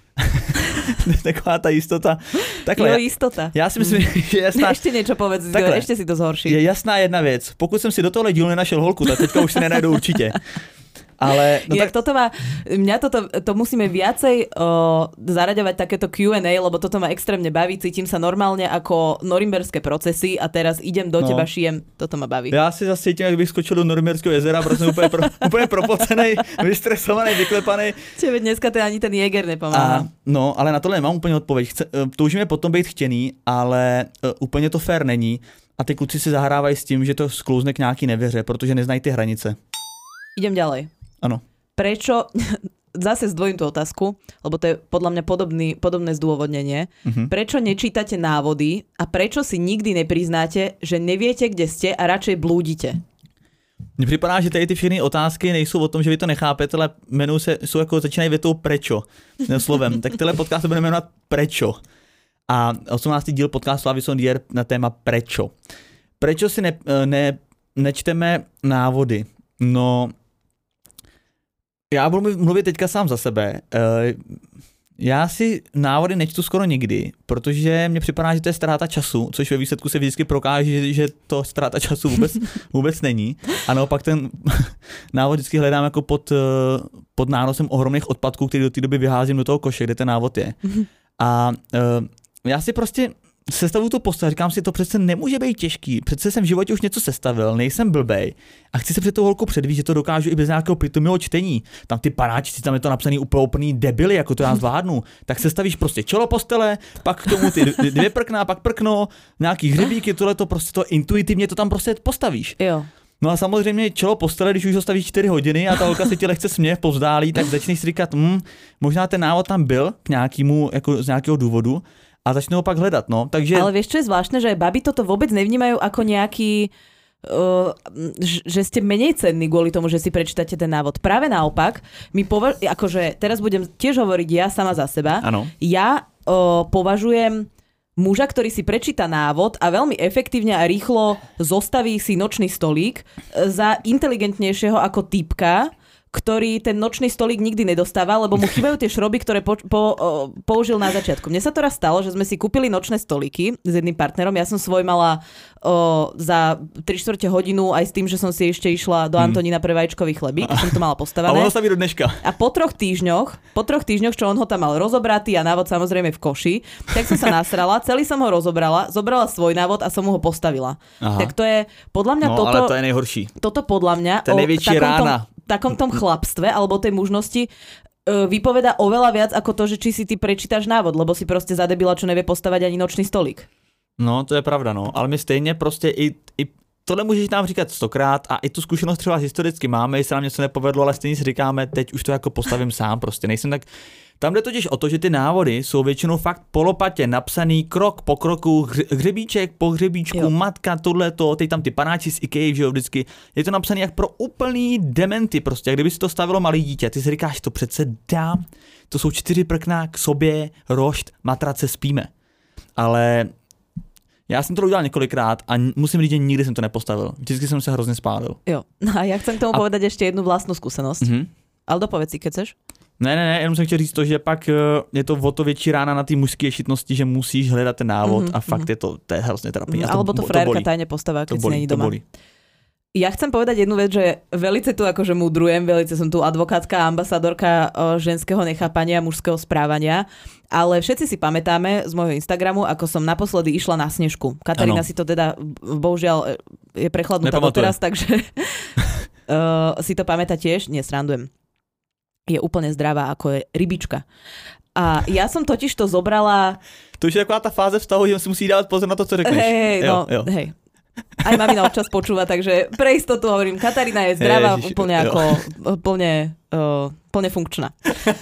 Taková ta jistota. Takhle, jo, istota. Já si myslím, že je jasná... Ešte niečo povedz, takhle, ešte si to zhorší. Je jasná jedna věc, pokud jsem si do tohle dílu nenašel holku, tak teďka už si nenajdu určitě. Ale, no tak... toto má, mňa toto, to musíme viacej o, zaraďovať takéto Q and A, lebo toto ma extrémne baví, cítim sa normálne ako norimberské procesy a teraz idem do no. teba, šijem, toto ma baví. Já si zase cítím, jak bych skočil do Norimberského jezera, protože jsem úplně, pro, úplně propocenej, vystresovaný, vyklepaný. Tebe dneska to ani ten Jäger nepomáhá. A, no, ale na tohle nemám úplně odpověď. Chce, toužíme potom být chtěný, ale uh, úplně to fér není a ty kluci si zahrávají s tím, že to sklouzne k nějaký nevěře, protože neznají ty hranice. Idem ďalej. Áno. Prečo, zase zdvojím tú otázku, lebo to je podľa mňa podobný, podobné zdôvodnenie. Uh-huh. Prečo nečítate návody a prečo si nikdy nepriznáte, že neviete, kde ste a radšej blúdite? Mně připadá, že tady ty všechny otázky nejsou o tom, že vy to nechápete, ale jmenují se, jsou jako začínají větou prečo, slovem. Tak tenhle podcast se bude jmenovat Prečo. A osmnáctý díl podcastu Love is on the air na téma Prečo. Prečo si ne, ne, nečteme návody? No... Já budu mluvit teďka sám za sebe. Já si návody nečtu skoro nikdy, protože mně připadá, že to je ztráta času, což ve výsledku se vždycky prokáže, že to ztráta času vůbec, vůbec není. A naopak ten návod vždycky hledám jako pod, pod nánosem ohromných odpadků, který do té doby vyházím do toho koše, kde ten návod je. A já si prostě sestavuju tu postavu, říkám si, to přece nemůže být těžký, přece jsem v životě už něco sestavil, nejsem blbej a chci se před tou holkou předvíst, že to dokážu i bez nějakého pitomého čtení. Tam ty panáčci, tam je to napsaný úplně úplný debily, jako to já zvládnu. Tak sestavíš prostě čelo postele, pak k tomu ty dvě prkna, pak prkno, nějaký hřebíky, tohle to prostě to intuitivně to tam prostě postavíš. Jo. No a samozřejmě čelo postele, když už ho stavíš čtyři hodiny a ta holka se ti lehce směje povzdálí, tak začneš si říkat, hm, možná ten návod tam byl k nějakému, jako z nějakého důvodu. A začnú ho pak hľadať, no. Takže... Ale vieš, čo je zvláštne, že baby toto vôbec nevnímajú ako nejaký, uh, že ste menej cenní kvôli tomu, že si prečítate ten návod. Práve naopak, my pova- akože teraz budem tiež hovoriť ja sama za seba. Ano. Ja uh, považujem muža, ktorý si prečíta návod a veľmi efektívne a rýchlo zostaví si nočný stolík za inteligentnejšieho ako týpka, ktorý ten nočný stolík nikdy nedostáva, lebo mu chýbajú tie šroby, ktoré po, po, o, použil na začiatku. Mne sa to raz stalo, že sme si kúpili nočné stolíky s jedným partnerom. Ja som svoj mala o, za tri štvrte hodinu aj s tým, že som si ešte išla do Antonína pre vajíčkový chlebík. Som to mala postavané. A ono sa do dneška. A po troch týždňoch, po troch týždňoch, čo on ho tam mal rozobratý a návod samozrejme v koši, tak som sa nasrala, celý som ho rozobrala, zobrala svoj návod a som mu ho postavila. Aha. Tak to je podľa mňa no, toto... ale to je nejhorší. Toto podľa mňa... To je nejväčšia rána. Tom, takom tom chlapstve alebo tej mužnosti vypoveda oveľa viac ako to, že či si ty prečítaš návod, lebo si proste za debila, čo nevie postavať ani nočný stolík. No, to je pravda, no. Ale my stejně prostě i, i tohle můžeš nám říkat stokrát a i tu zkušenost třeba historicky máme, jestli nám něco nepovedlo, ale stejně si říkáme, teď už to jako postavím sám, prostě nejsem tak... Tam jde totiž o to, že ty návody jsou většinou fakt polopatě napsaný krok po kroku, hře, hřebíček po hřebíčku, jo. Matka, tohleto, teď tam ty panáči z IKEA, že jo, vždycky. Je to napsaný jak pro úplný dementy prostě, jak kdyby si to stavilo malý dítě. Ty si říkáš, to přece dá, to jsou čtyři prkna k sobě, rošt, matrace, spíme. Ale já jsem to udělal několikrát a musím říct, že nikdy jsem to nepostavil. Vždycky jsem se hrozně spálil. Jo, a já chcem k tomu a... povedať ešte jednu vlastnú skúsenosť. Mm-hmm. Ale dopovedz si, keď chceš. Ne, ne, ne, jenom jsem chtěl říct to, že pak je to o to větší rána na té mužské ješitnosti, že musíš hledat ten návod mm-hmm, a fakt mm-hmm. je to, to je hrozně trapný. Alebo to, to frajerka tajne postavá, keď si není doma. Bolí. Ja chcem povedať jednu vec, že velice tu akože múdrujem, velice som tu advokátska ambasadorka ženského nechápania, mužského správania, ale všetci si pamätáme z môjho Instagramu, ako som naposledy išla na Snežku. Katarína ano. Si to teda, bohužiaľ, je prechladnutá doteraz, takže uh, si to pamätá tiež, nesrandujem. Je úplne zdravá, ako je rybička. A ja som totiž to zobrala... To už je taková tá fáze vztahu, že si musí dávať pozor na to, co řekneš. Hej, no, jo, jo. hej. Aj mamina občas počúva, takže pre istotu hovorím, Katarína je zdravá, Ježiš, úplne jo. ako, plne, uh, plne funkčná.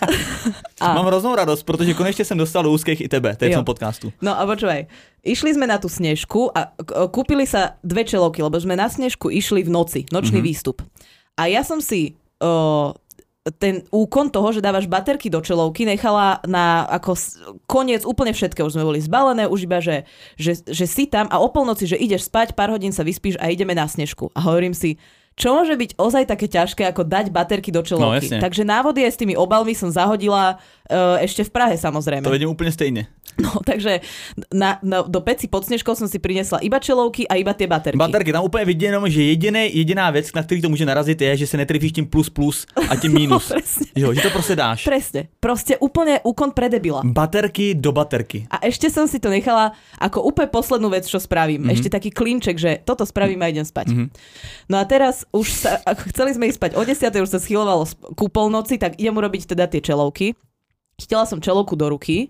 A... Mám hroznou radost, protože konečne som dostal do úzkých i tebe, tej som podcastu. No a počúvaj, išli sme na tú Snežku a kúpili sa dve čelovky, lebo sme na Snežku išli v noci, nočný mm-hmm. výstup. A ja som si... Uh, ten úkon toho, že dávaš baterky do čelovky, nechala na ako koniec úplne všetkého. Už sme boli zbalené, už iba, že, že, že si tam a o polnoci, že ideš spať, pár hodín sa vyspíš a ideme na Snežku. A hovorím si, čo môže byť ozaj také ťažké, ako dať baterky do čelovky. No, takže návody aj s tými obalmi som zahodila uh, ešte v Prahe, samozrejme. To vedem úplne stejne. No, takže na, na, do peci pod Snežkou som si prinesla iba čelovky a iba tie baterky. Baterky, tam úplně vidím jenom, že jediné, jediná věc, na který to může narazit, je, že se netrefíš tím plus plus a tím minus. No, jo, že to prostě dáš. Presne. Proste úplne úkon pre debila. Baterky do baterky. A ešte som si to nechala ako úplne poslednú vec, čo spravím. Mm-hmm. Ešte taký klinček, že toto spravím a idem spať. Mm-hmm. No a teraz už sa, chceli sme ísť spať o desiatej, už sa schylovalo ku polnoci, tak idem urobiť teda tie čelovky. Chytila som čelovku do ruky.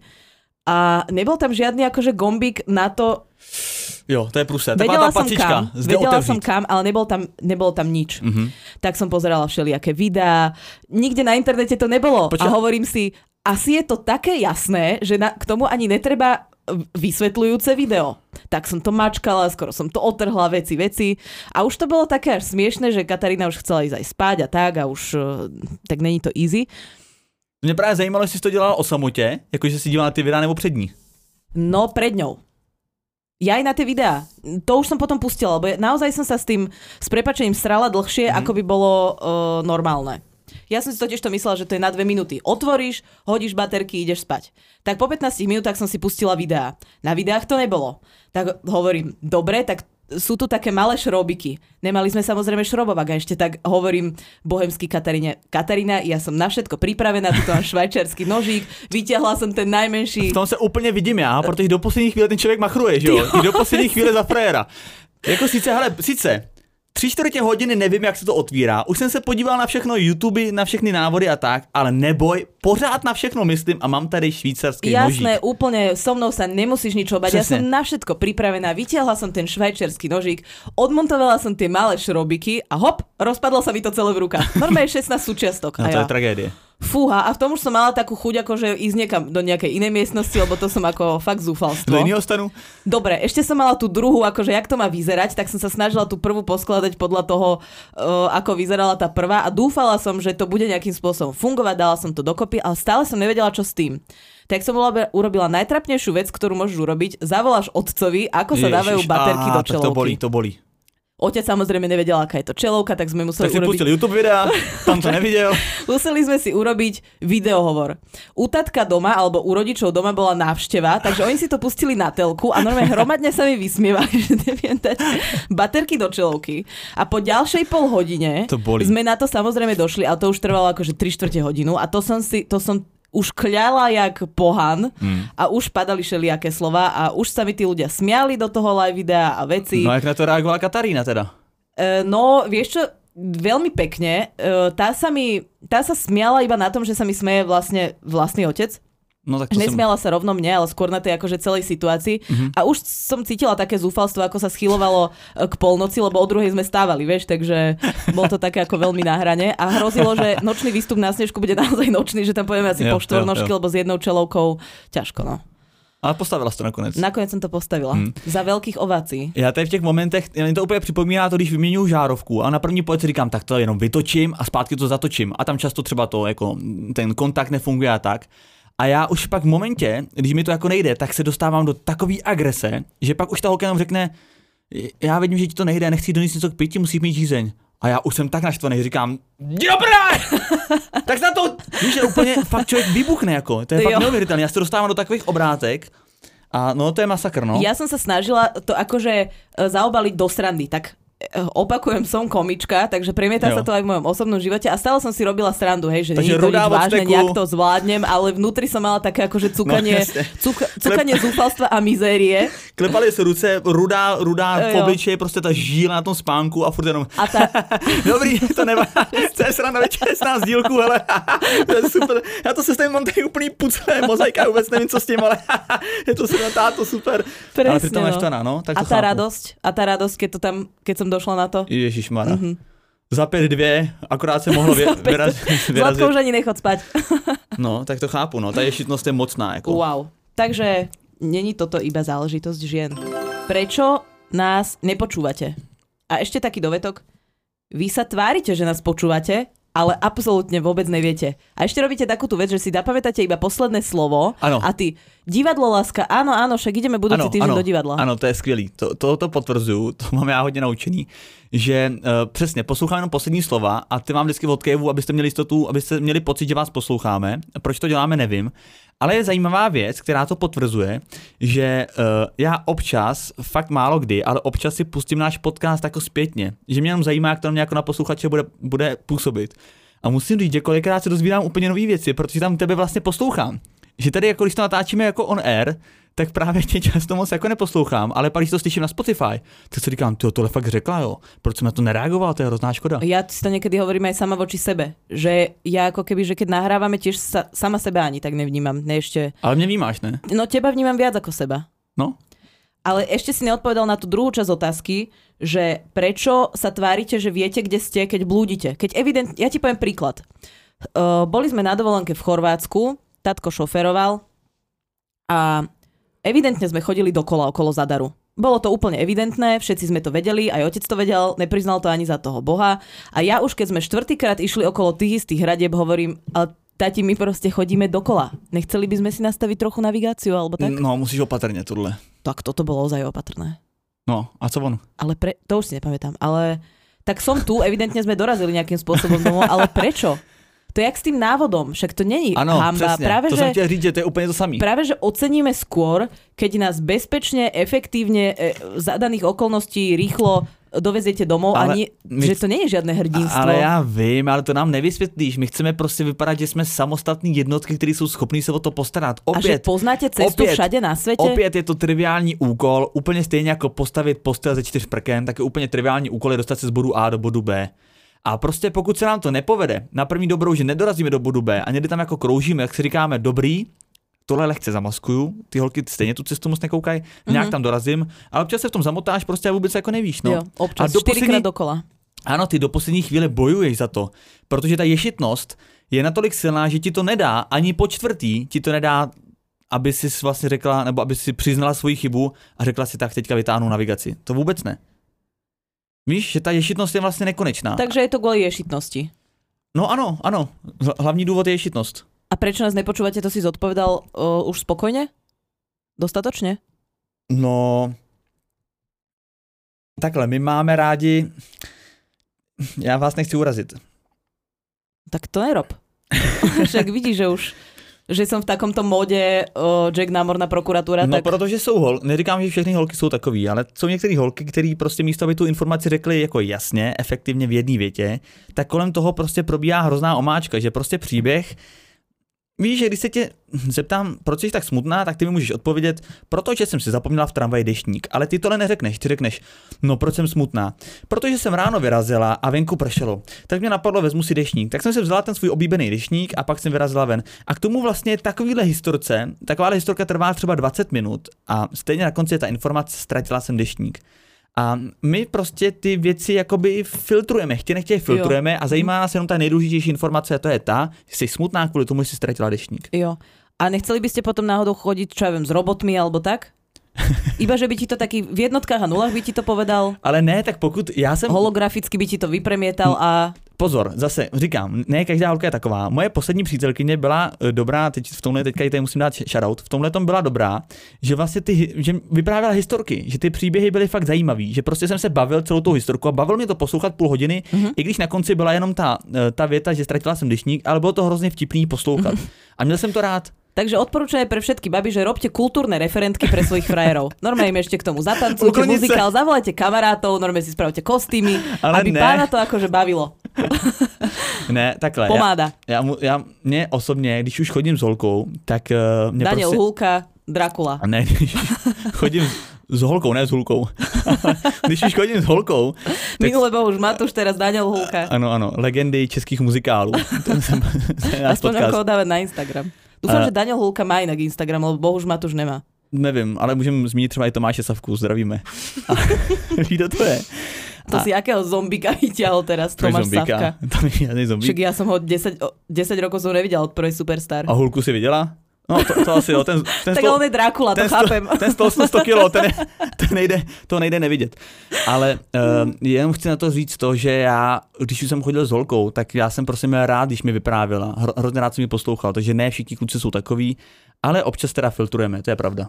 A nebol tam žiadny akože gombík na to... Jo, to je prúser. Vedela som kam, vedela som kam, ale nebol tam, nebol tam nič. Mm-hmm. Tak som pozerala všelijaké videá. Nikde na internete to nebolo. Poča- a hovorím si, asi je to také jasné, že na, k tomu ani netreba vysvetľujúce video. Tak som to mačkala, skoro som to otrhla, veci, veci. A už to bolo také až smiešné, že Katarína už chcela ísť aj spať a tak a už tak není to easy. Mě právě zajímalo, jestli jsi to dělala o samotě, jakože si dívala na ty videa nebo před ní. No, pred ňou. Ja aj na tie videá. To už som potom pustila, lebo naozaj som sa s tým s prepáčením srala dlhšie, mm. ako by bolo uh, normálne. Ja som si totiž to myslela, že to je na dve minúty. Otvoríš, hodíš baterky, ideš spať. Tak po pätnástich minútach som si pustila videá. Na videách to nebolo. Tak hovorím, dobre, tak sú tu také malé šrobiky. Nemali sme samozrejme šrobovák a ešte tak hovorím bohemský Kataríne. Katarína, ja som na všetko pripravená, tu mám švajčiarsky nožík, vyťahla som ten najmenší. V tom se úplně vidím já, protože do poslední chvíle ten člověk machruje, že jo? I do poslední chvíle za frajera. Jako sice, hele, sice, tři čtvrtě hodiny nevím, jak se to otvírá. Už jsem se podíval na všechno YouTube, na všechny návody a tak, ale neboj, pořád na všechno myslím a mám tady švýcarský nožík. Jasné, úplne so mnou sa nemusíš nič obať. Ja som na všetko pripravená. Vytiahla som ten švajčiarsky nožík, odmontovala som tie malé šrobiky a hop, rozpadlo sa mi to celé v rukách. Normálne šestnásť súčiastok. No to ja. je tragédie. Fúha, a v tom už som mala takú chuť, akože ísť niekam do nejakej inej miestnosti, lebo to som ako fakt zúfalstvo. Do iného stanu? Dobre, ešte som mala tú druhú, akože jak to má vyzerať, tak som sa snažila tú prvú poskladať podľa toho, uh, ako vyzerala tá prvá a dúfala som, že to bude nejakým spôsobom fungovať, dala som to dokopy, ale stále som nevedela, čo s tým. Tak som urobila najtrapnejšiu vec, ktorú môžeš urobiť, zavoláš otcovi, ako sa dávajú baterky Á, do čelovky. To bolí, to bolí. Otec samozrejme nevedel, aká je to čelovka, tak sme museli tak si urobiť... pustil YouTube videa, tam to nevidel. Museli sme si urobiť videohovor. U tatka doma, alebo u rodičov doma bola návšteva, takže oni si to pustili na telku a normálne hromadne sa mi vysmievali, že neviem dať baterky do čelovky. A po ďalšej pol hodine sme na to samozrejme došli, ale to už trvalo akože tri štvrte hodinu a to som si, to som už kľala jak pohan hmm. a už padali všelijaké slova a už sa mi tí ľudia smiali do toho live videa a veci. No jak na to reagovala Katarína teda? E, no, vieš čo, veľmi pekne. Tá sa mi, tá sa smiala iba na tom, že sa mi smeje vlastne vlastný otec. No, tak to Nesmiala som... sa rovno mne, ale skôr na tej akože celej situácii. Uh-huh. A už som cítila také zúfalstvo, ako sa schylovalo k polnoci, lebo o druhej sme stávali, vieš, takže bolo to také ako veľmi na hrane. A hrozilo, že nočný výstup na Snežku bude naozaj nočný, že tam povieme asi jo, po štvornožky, lebo s jednou čelovkou ťažko, no. Ale postavila jsi to nakonec. Nakonec jsem to postavila. Hmm. Za velkých ovací. Já tady v těch momentech, mě to úplně připomíná to, když vyměňuju žárovku a na první pohled si říkám, tak to jenom vytočím a zpátky to zatočím. A tam často třeba to, jako ten kontakt nefunguje a tak. A já už pak v momentě, když mi to jako nejde, tak se dostávám do takové agrese, že pak už ta holka jenom řekne, já vidím, že ti to nejde, nechci donést něco k pití, musíš mít žízeň. A já už jsem tak naštvaný, že říkám, dobré! Tak za to, víš, že úplně fakt člověk vybuchne, jako, to je fakt neuvěřitelné. Já se dostávám do takových obrátek a no to je masakr, no. Ja som sa snažila to akože zaobaliť do srandy, tak opakujem, som komička, takže premieta sa to aj v mojom osobnom živote a stále som si robila srandu, hej, že nie je to nič vážne, nejak to zvládnem, ale vnútri som mala také akože cukanie, no, cuka, cukanie Klep... zúfalstva a mizérie. Klepali sa ruce, rudá, rudá v obličeji, proste tá žíla na tom spánku a furt jenom... A tá... Dobrý, to nevá, to je sranda večer s nás dílku, hele, to je super. Já to se s tím mám tady úplný puclé, mozaika, vůbec nevím, co s tím, ale je to sranda, táto super. Presne, ale pritom naštvaná, no, tak to a tá chápu. radosť, a tá radosť, keď to tam, keď som došla na to. Ježišmara. Mm-hmm. Za pět dvě, akorát se mohlo vě, vyrazit. Zlatko už ani nechod spať. No, tak to chápu, no, ta ješitnost je mocná. Jako. Wow, takže není toto iba záležitosť žien. Prečo nás nepočúvate? A ešte taký dovetok, vy sa tvárite, že nás počúvate, ale absolútne vôbec neviete. A ešte robíte takú tú vec, že si zapamätáte iba posledné slovo ano. A ty, divadlo, láska, áno, áno, však ideme budúci týždeň do divadla. Ano, to je skvělý, to, to, to potvrzuju, to mám já hodně naučený, že uh, přesně, poslouchám jenom poslední slova a ty vám vždycky odkévu, abyste měli jistotu, abyste měli pocit, že vás posloucháme. Proč to děláme, nevím. Ale je zajímavá věc, která to potvrzuje, že uh, já občas, fakt málo kdy, ale občas si pustím náš podcast jako zpětně. Že mě jenom zajímá, jak to na mě jako na posluchače bude, bude působit. A musím říct, že kolikrát se dozvídám úplně nové věci, protože tam tebe vlastně poslouchám. Že tady, jako když to natáčíme jako on air, tak právě tě často moc jako neposlouchám, ale pak když to slyším na Spotify, tak si říkám, tyjo, tohle fakt řekla, jo. Proč jsem na to nereagoval, to je hrozná škoda. Ja si to niekedy hovorím aj sama voči sebe, že ja ako keby, že keď nahrávame, tiež sa, sama seba ani tak nevnímam, ne ešte. Ale mňa vnímáš, ne? No teba vnímam viac ako seba. No. Ale ešte si neodpovedal na tú druhú časť otázky, že prečo sa tvárite, že viete, kde ste, keď blúdite. Keď evident, ja ti poviem príklad. Uh, boli sme na dovolenke v Chorvátsku, tatko šoferoval a evidentne sme chodili dokola okolo Zadaru. Bolo to úplne evidentné, všetci sme to vedeli, aj otec to vedel, nepriznal to ani za toho Boha. A ja už keď sme štvrtýkrát išli okolo tých istých hradieb, hovorím, ale tati, my proste chodíme dokola. Nechceli by sme si nastaviť trochu navigáciu, alebo tak? No, musíš opatrne tohle. Tak toto bolo ozaj opatrné. No, a co on? Ale pre... to už si nepamätám, ale tak som tu, evidentne sme dorazili nejakým spôsobom domov, ale prečo? To je jak s tým návodom, však to není ano, hamba. Přesně, práve, to že, som chtěl říct, že to je úplne to samé. Práve, že oceníme skôr, keď nás bezpečne, efektívne, e, za daných okolností rýchlo doveziete domov ale a nie, my, že to nie je žiadne hrdinstvo. Ale já vím, ale to nám nevysvětlíš. My chceme prostě vypadat, že jsme samostatní jednotky, které jsou schopní se o to postarat. Opět, a že poznáte cestu opět, všade na světě? Opět je to triviální úkol, úplně stejně jako postavit postel ze čtyř prken, tak je úplně triviální úkol je dostat se z bodu A do bodu B. A prostě pokud se nám to nepovede, na první dobrou, že nedorazíme do bodu B a někdy tam jako kroužíme, jak si říkáme, dobrý, tohle lehce zamaskuju, ty holky stejně tu cestu moc nekoukají, mm-hmm. nějak tam dorazím, ale občas se v tom zamotáš prostě a vůbec jako nevíš. No. Jo, občas, čtyřikrát poslední... dokola. Ano, ty do poslední chvíle bojuješ za to, protože ta ješitnost je natolik silná, že ti to nedá, ani po čtvrtý ti to nedá, aby si vlastně řekla, nebo aby si přiznala svoji chybu a řekla si tak, teďka vytáhnu navigaci. To vůbec ne. Víš, že ta ješitnost je vlastně nekonečná. Takže je to kvůli ješitnosti. No ano, ano. Hlavní důvod je ješitnost. A prečo nás nepočúvate, to si zodpovedal uh, už spokojne? Dostatočne? No, takhle, my máme rádi, já vás nechci urazit. Tak to nerob. Však vidíš, že už že som v takomto móde uh, Jack námorná prokuratúra. No, tak... protože jsou hol, neříkám, že všechny holky jsou takový, ale jsou některé holky, které prostě místo, aby tu informaci řekly jako jasně, efektivně v jedné větě, tak kolem toho prostě probíhá hrozná omáčka, že prostě příběh Víš, že když se tě zeptám, proč jsi tak smutná, tak ty mi můžeš odpovědět, protože jsem si zapomněla v tramvaji deštník. Ale ty tohle neřekneš, ty řekneš, no proč jsem smutná? Protože jsem ráno vyrazila a venku pršelo. Tak mě napadlo, vezmu si deštník. Tak jsem si vzala ten svůj oblíbený deštník a pak jsem vyrazila ven. A k tomu vlastně takovýhle historce, takováhle historka trvá třeba dvacet minut a stejně na konci je ta informace, ztratila jsem deštník. A my prostě ty věci jakoby filtrujeme, chtě nechtě filtrujeme jo. A zajímá nás jenom ta nejdůležitější informace, a to je ta, že jsi smutná kvůli tomu, že jsi ztratila deštník. Jo. A nechceli by ste potom náhodou chodiť, čo ja viem, s robotmi alebo tak? Iba, že by ti to taký v jednotkách a nulách by ti to povedal? Ale ne, tak pokud já jsem... Holograficky by ti to vypremietal a... Pozor, zase říkám, ne každá holka je taková. Moje poslední přítelkyně byla dobrá, teď v tomhle teďka tady musím dát shoutout, v tomhle tom byla dobrá, že vlastně ty, že vyprávěla historky, že ty příběhy byly fakt zajímavý, že prostě jsem se bavil celou tou historku a bavil mě to poslouchat půl hodiny, mm-hmm. i když na konci byla jenom ta, ta věta, že ztratila jsem deštník, ale bylo to hrozně vtipný poslouchat. Mm-hmm. A měl jsem to rád. Takže odporúčam aj pre všetky baby, že robte kultúrne referentky pre svojich frajerov. Normálne im ešte k tomu zatancujte muzikál, zavolajte kamarátov, normálne si spravte kostýmy, ale aby ne. Pána to akože bavilo. Ne, takhle. Pomáda. Já, já, já, mě osobně, když už chodím s holkou, tak uh, mě Daniel prostě... Hulka, Dracula. Ne, když chodím s holkou, ne s hulkou. Když už chodím s holkou... Tak... Minule Bohuž Matuš, teraz Daniel Hulka. Ano, ano, legendy českých muzikálů. Aspoň nám ho dávať na Instagram. Dúfam, uh, že Daniel Hulka má inak Instagram, lebo Bohuž Matuš nemá. Nevím, ale můžeme zmínit třeba i Tomáše Savku, zdravíme. Víš, to to je. To a... si akého zombika vyťahol teraz, Tomáš Savka? To je žiadny zombík. Však ja som ho desať, desať rokov som nevidel od prvej Superstar. A Hulku si viděla? No to, to asi jo. Ten, ten tak on je Dracula, to chápem. Ten sto, sto kilo, ten, je, ten nejde, to nejde nevidět. Ale uh, jenom chci na to říct to, že já, když už jsem chodil s holkou, tak já jsem prostě měl rád, když mi vyprávěla. Hro, hrozně rád jsem mi poslouchal, takže ne všichni kluci jsou takový, ale občas teda filtrujeme, to je pravda.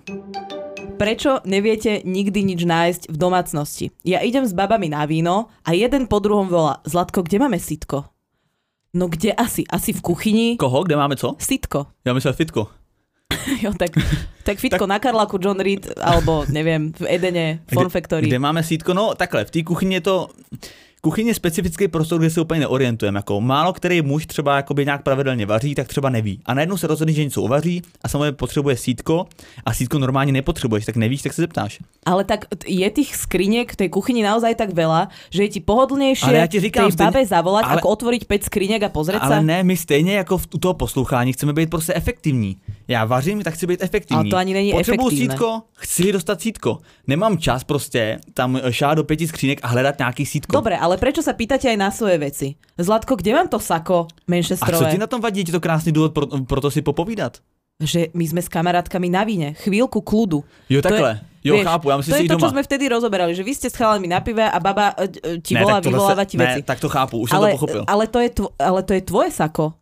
Prečo neviete nikdy nič nájsť v domácnosti? Ja idem s babami na víno a jeden po druhom volá: Zlatko, kde máme sitko? No kde asi? Asi v kuchyni. Koho? Kde máme co? Sitko. Ja myslím fitko. Jo, tak, tak fitko tak... na Karlaku, John Reed, alebo neviem, v Edene, Fun Factory. Kde máme sítko? No takhle, v té kuchyni je to... Kuchyně je specifický prostor, kde se úplně neorientujeme. Jako málo který muž třeba jakoby nějak pravidelně vaří, tak třeba neví. A najednou se rozhodne, že něco uvaří a samozřejmě potřebuje sítko a sítko normálně nepotřebuješ, tak nevíš, tak se zeptáš. Ale tak je tých skriniek v tej kuchyni naozaj tak veľa, že je ti pohodlnejšie ja ti říkám, tej babe zavolať, ale, ako otvoriť päť skriniek a pozrieť ale sa? Ale ne, my stejně jako v toho poslouchání chceme být prostě efektivní. Já vařím, tak chci být efektivní. Ale to ani není Potřebuji efektivné. sítko, chci dostat sítko. Nemám čas prostě tam šát do pěti skřínek a hledat nějaký sítko. Dobre, ale prečo sa pýtate aj na svoje veci? Zlatko, kde mám to sako manchesterové? A co ti na tom vadí? Je to krásný důvod pro, pro to si popovídat. Že my sme s kamarátkami na víne. Chvíľku kľudu. Jo, takhle. Je, jo, vieš, chápu, ja myslím si to je to, doma. čo sme vtedy rozoberali, že vy ste s chalami na pive a baba ti ne, volá, vyvoláva ti veci. Ne, tak to chápu, už ale, som to pochopil. Ale to je, tvo, ale to je tvoje sako.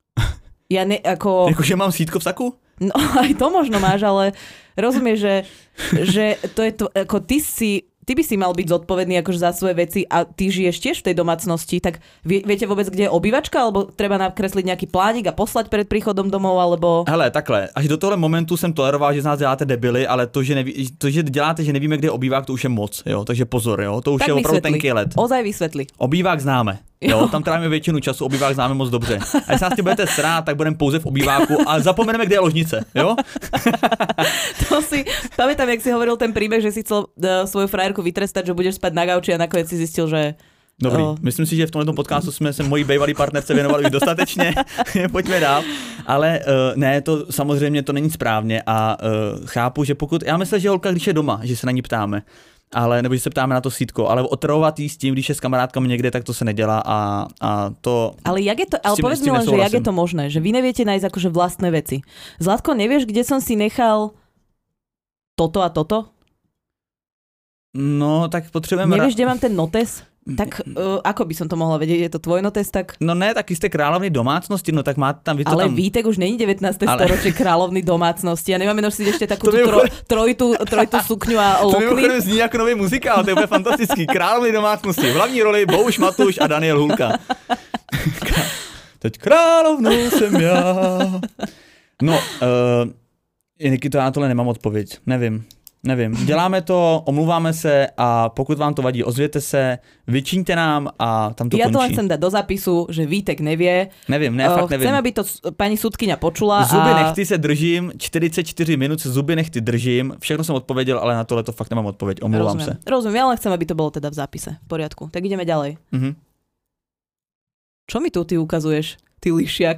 Ja ne, ako... Jakože mám sítko v saku? No, aj to možno máš, ale rozumieš, že, že to je to, ako ty si... Ty by si mal byť zodpovedný akože za svoje veci a ty žiješ tiež v tej domácnosti, tak vie, viete vôbec, kde je obývačka, alebo treba nakresliť nejaký plánik a poslať pred príchodom domov, alebo... Hele, takhle, až do tohle momentu jsem toleroval, že z nás děláte debily, ale to, že, neví, to, že děláte, že nevíme, kde je obývák, to už je moc, jo, takže pozor, jo, to už tak je opravdu tenký let. Ozaj vysvetli. Obývák známe. Jo, jo, tam trávíme většinu času, obývák známe moc dobře. A jestli nás tě budete srát, tak budeme pouze v obýváku a zapomeneme, kde je ložnice, jo? To si, pamätám, jak si hovoril ten príbeh, že si chcel uh, svoju frajerku vytrestať, že budeš spať na gauči a nakoniec si zistil, že... Dobrý, oh. Myslím si, že v tomto podcastu jsme se mojí bývalý partnerce věnovali už dostatečně, pojďme dál. Ale uh, ne, to samozřejmě to není správně a uh, chápu, že pokud, já myslím, že holka, když je doma, že se na ní ptáme, ale nebo že se ptáme na to sítko, ale otravovat jí s tím, když je s kamarádkami někde, tak to se nedělá a, a to... Ale jak je to, ale povedz mi len, že jak je to možné, že vy neviete nájsť akože vlastné veci. Zlatko, nevieš, kde som si nechal toto a toto? No, tak potřebujeme... Nevieš, kde mám ten notes? Tak uh, ako by som to mohla vedieť? Je to tvoj notes, tak... No ne, tak jste královny domácnosti, no tak máte tam... Vy to ale tam... Vítek už není devätnáste ale... storočie královny domácnosti a nemáme nosiť ešte takú tro, trojitú, trojitú sukňu a lokli. To mimochodem zní jako nový muzikál, to je úplně fantastický. Královny domácnosti, v hlavní roli Bohuš Matuš a Daniel Hulka. Teď královnou jsem já. No, uh, Niky, to já tohle nemám odpověď, nevím. Nevím, děláme to, omluváme se a pokud vám to vadí, ozvěte se, vyčiňte nám a tam to ja končí. Ja to len chcem dať do zapisu, že Vítek nevie. Nevím, ne, fakt nevím. Chcem, aby to pani sudkyňa počula. Zuby a... nechty se držím, čtyřicet čtyři minut se zuby nechty držím, všechno jsem odpověděl, ale na tohle to fakt nemám odpověď, omlouvám Rozumiem. se. Rozumiem, ja len chcem, aby to bolo teda v zápise. V poriadku. Tak ideme ďalej. Mhm. Čo mi tu ty ukazuješ, ty lišiak?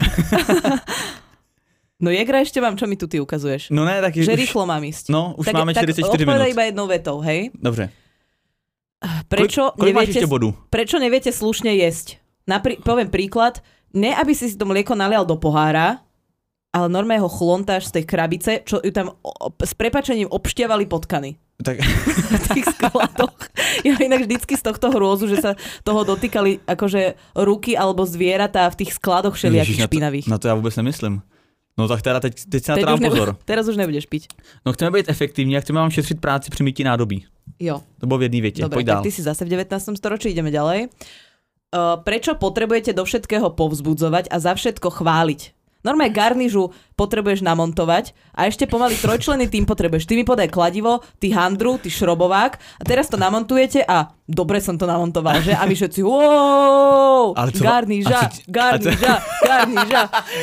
No Jegra ešte mám, čo mi tu ty ukazuješ? No ne, tak že už... rýchlo mám ísť. No, už tak, máme čtyřicet čtyři tak minut. iba jednou vetou, hej? Dobře. Prečo, kolik, kolik máš neviete, ešte bodu? prečo neviete slušne jesť? Napri- poviem príklad, ne aby si si to mlieko nalial do pohára, ale normálne ho chlontáš z tej krabice, čo ju tam o, s prepačením obštiavali potkany. Tak... V tých skladoch. Ja inak vždycky z tohto hrôzu, že sa toho dotýkali akože ruky alebo zvieratá v tých skladoch všelijakých špinavých. Na to, na to ja vôbec nemyslím. No tak teda teď, teď si na to teď dám pozor. Nebu- teraz už nebudeš piť. No chceme být efektivní a chceme vám šetřit práci při mytí nádobí. Jo. To bolo v jednej viete. Dobre, Poď dál. tak ty si zase v devätnástom storočí, ideme ďalej. Uh, prečo potrebujete do všetkého povzbudzovať a za všetko chváliť? Normálne garnižu potrebuješ namontovať a ešte pomaly trojčlenný tým potrebuješ. Ty mi podaj kladivo, ty handru, ty šrobovák a teraz to namontujete a dobre som to namontoval, že? A my všetci wow, garniža, ty, garniža, garniža,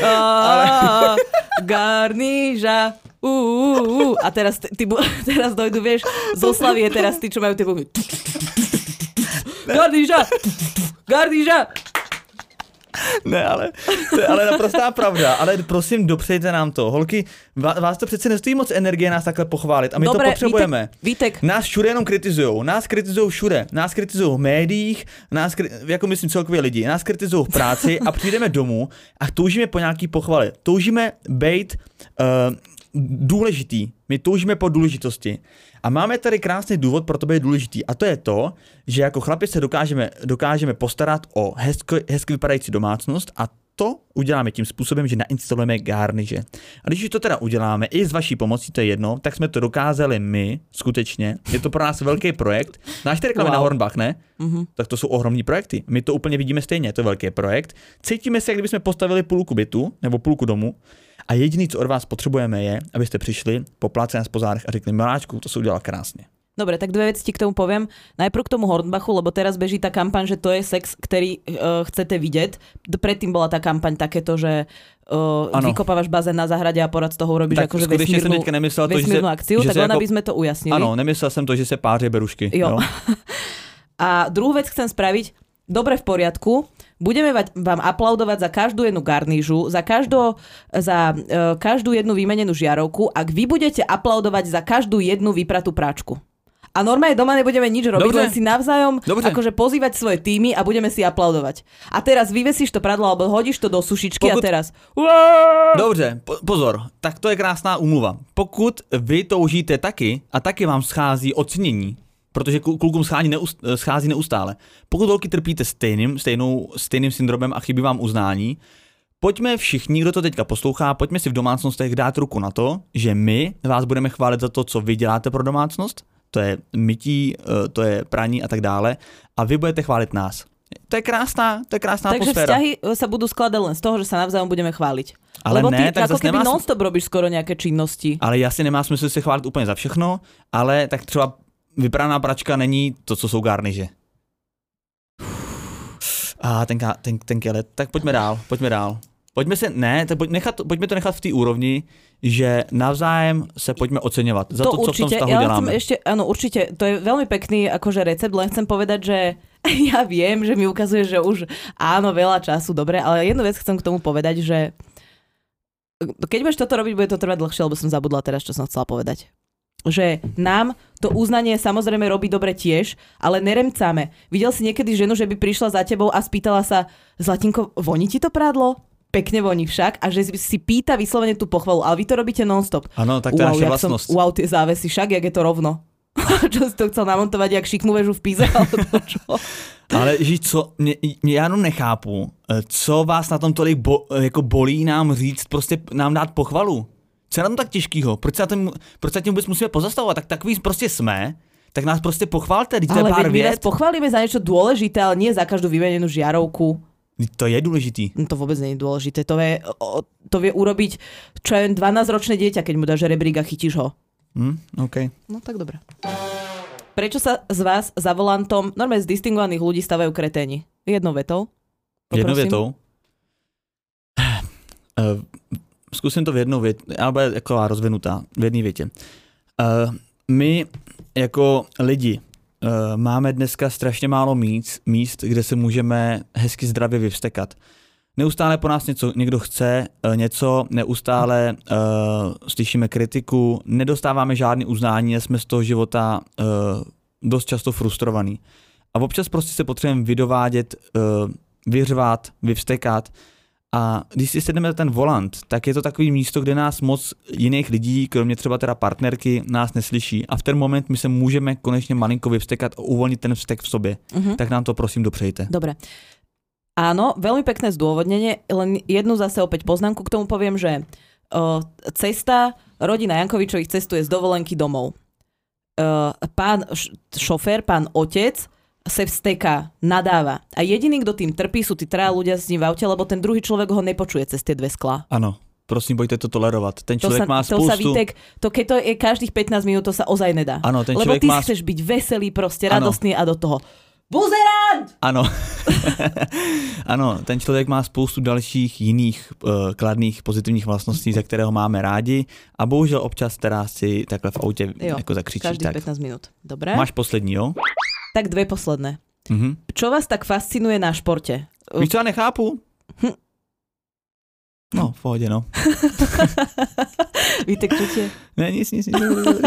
garniža, uh, a teraz, ty, teraz dojdu, vieš, z oslavy je teraz tí, čo majú tie bumy. Garniža, garniža. Ne, ale to je ale naprostá pravda. Ale prosím, dopřejte nám to. Holky, vás to přece nestojí moc energie nás takhle pochválit. A my Dobre, to potřebujeme. Vítek, Vítek. Nás všude jenom kritizujou. Nás kritizujou všude. Nás kritizujou v médiích, nás, jako myslím celkově lidi. Nás kritizujou v práci a přijdeme domů a toužíme po nějaký pochvaly. Toužíme být uh, důležitý. My toužíme po důležitosti. A máme tady krásný důvod pro to být důležitý. A to je to, že jako chlapi se dokážeme, dokážeme postarat o hezky, hezky vypadající domácnost a to uděláme tím způsobem, že nainstalujeme garniže. A když to teda uděláme i s vaší pomocí, to je jedno, tak jsme to dokázali my, skutečně. Je to pro nás velký projekt. Znáš ty reklamy wow. na Hornbach, ne? Mm-hmm. Tak to jsou ohromní projekty. My to úplně vidíme stejně, je to velký projekt. Cítíme se, jak kdybychom postavili půlku bytu nebo půlku domu. A jediný, co od vás potřebujeme, je, abyste přišli, poplácali nás po zádech a řekli, miláčku, to se udělal krásně. Dobre, tak dve veci ti k tomu poviem. Najprv k tomu Hornbachu, lebo teraz beží tá kampaň, že to je sex, ktorý uh, chcete vidieť. Predtým bola tá kampaň takéto, že uh, vykopávaš bazén na záhrade a porad z toho urobíš tak akože vesmírnu, nemyslel to, vesmírnu že akciu, že tak len ako... aby sme to ujasnili. Áno, nemyslel som to, že sa páře berušky. Jo. Jo. A druhú vec chcem spraviť, dobre, v poriadku, budeme vám aplaudovať za každú jednu garnížu, za, každú, za uh, každú jednu vymenenú žiarovku, ak vy budete aplaudovať za každú jednu vypratú práčku. A normálne doma nebudeme nič robiť, Dobre. len si navzájom Dobre. akože pozývať svoje týmy a budeme si aplaudovať. A teraz vyvesíš to pradlo, alebo hodíš to do sušičky Pokud... a teraz... Dobře, po- pozor, tak to je krásná úmluva. Pokud vy toužíte taky a taky vám schází ocenění, protože klukům schází, neust, schází neustále. Pokud holky trpíte stejným, stejnou, stejným syndromem a chybí vám uznání, pojďme všichni, kdo to teďka poslouchá, pojďme si v domácnostech dát ruku na to, že my vás budeme chválit za to, co vy děláte pro domácnost, to je mytí, to je praní a tak dále, a vy budete chválit nás. To je krásná, to je krásná Takže atmosféra. Takže vzťahy sa budú skladať len z toho, že sa navzájom budeme chváliť. Ale Lebo ne, ty tak ako zase keby nemá... non-stop robíš skoro nejaké činnosti. Ale jasně nemá smysl se chválit úplně za všechno, ale tak třeba vypraná pračka není to, co jsou garniže. A ten, ten, ten kelet, tak pojďme dál, pojďme dál. Pojďme se, ne, tak pojď, nechat, pojďme to nechat v té úrovni, že navzájem se pojďme oceňovat za to, to co určite, v tom vztahu ja děláme. Ešte, áno, určite, to je veľmi pekný akože recept, len chcem povedať, že ja viem, že mi ukazuje, že už áno, veľa času, dobre, ale jednu vec chcem k tomu povedať, že keď budeš toto robiť, bude to trvať dlhšie, lebo som zabudla teraz, čo som chcela povedať. Že nám to uznanie samozrejme robí dobre tiež, ale neremcáme. Videl si niekedy ženu, že by prišla za tebou a spýtala sa, Zlatinko, voní ti to prádlo? Pekne voní však, a že si pýta vyslovene tú pochvalu, ale vy to robíte non-stop. Áno, tak to je wow, naša vlastnosť. Som, wow, tie závesy, však, jak je to rovno. Čo si to chcel namontovať, jak šikmú väžu v Píze, alebo čo? Ale že co, mě, mě já jenom nechápu, co vás na tom tolik bo, jako bolí nám říct, prostě nám dát pochvalu. Co je na tom tak těžkýho? Proč se tím, proč se tím vůbec musíme pozastavovat? Tak takový prostě jsme, tak nás prostě pochválte, to je pár věc. Ale my nás pochválíme za niečo dôležité, ale nie za každú vymenenú žiarovku. To je důležitý. No to vôbec nie je dôležité. To vie, to vie urobiť čo je dvanásťročné dieťa, keď mu dáš rebrík a chytíš ho. Hm, OK. No tak dobre. Prečo sa z vás za volantom normálne z distingovaných ľudí stavajú kreténi? Jednou vetou? Poprosím. Jednou větou? Uh, zkusím to v jednou větě, ale bude taková rozvinutá, v jedné větě. Uh, my jako lidi uh, máme dneska strašně málo míst, míst, kde se můžeme hezky zdravě vyvstekat. Neustále po nás něco, někdo chce, uh, něco, neustále uh, slyšíme kritiku, nedostáváme žádné uznání, jsme z toho života uh, dost často frustrovaný. A občas prostě se potřebujeme vydovádět, uh, vyřvat, vyvstekat. A když si sedneme na ten volant, tak je to takový místo, kde nás moc jiných lidí, kromě třeba teda partnerky, nás neslyší. A v ten moment my se můžeme konečně malinko vyvstekat a uvolnit ten vztek v sobě. Uh-huh. Tak nám to prosím dopřejte. Dobre. Áno, veľmi pekné zdôvodnenie, len jednu zase opäť poznámku k tomu poviem, že uh, cesta, rodina Jankovičových cestuje z dovolenky domov. Uh, pán š- šofér, pán otec se vsteká, nadáva. A jediný, kto tým trpí, sú tí traja ľudia s ním v aute, lebo ten druhý človek ho nepočuje cez tie dve sklá. Áno, prosím, bojte to tolerovat. Ten človek to sa, má spoustu... To sa Vítek, to keď to je každých pätnásť minút, to sa ozaj nedá. Áno, ten lebo ty má... chceš byť veselý, proste radostný a do toho buzerant! Ano. Ano, ten člověk má spoustu dalších jiných uh, kladných pozitivních vlastností, za kterého máme rádi a bohužel občas teda si takhle v autě jo, jako zakřičí. Každých tak. pätnásť minút. Dobre. Máš poslední, jo? Tak dve posledné. Mhm. Čo vás tak fascinuje na športe? Víš, co já nechápu? Hm. No, v pohodě, no. Vítek, čo tie? Ne, nic, nic, nic.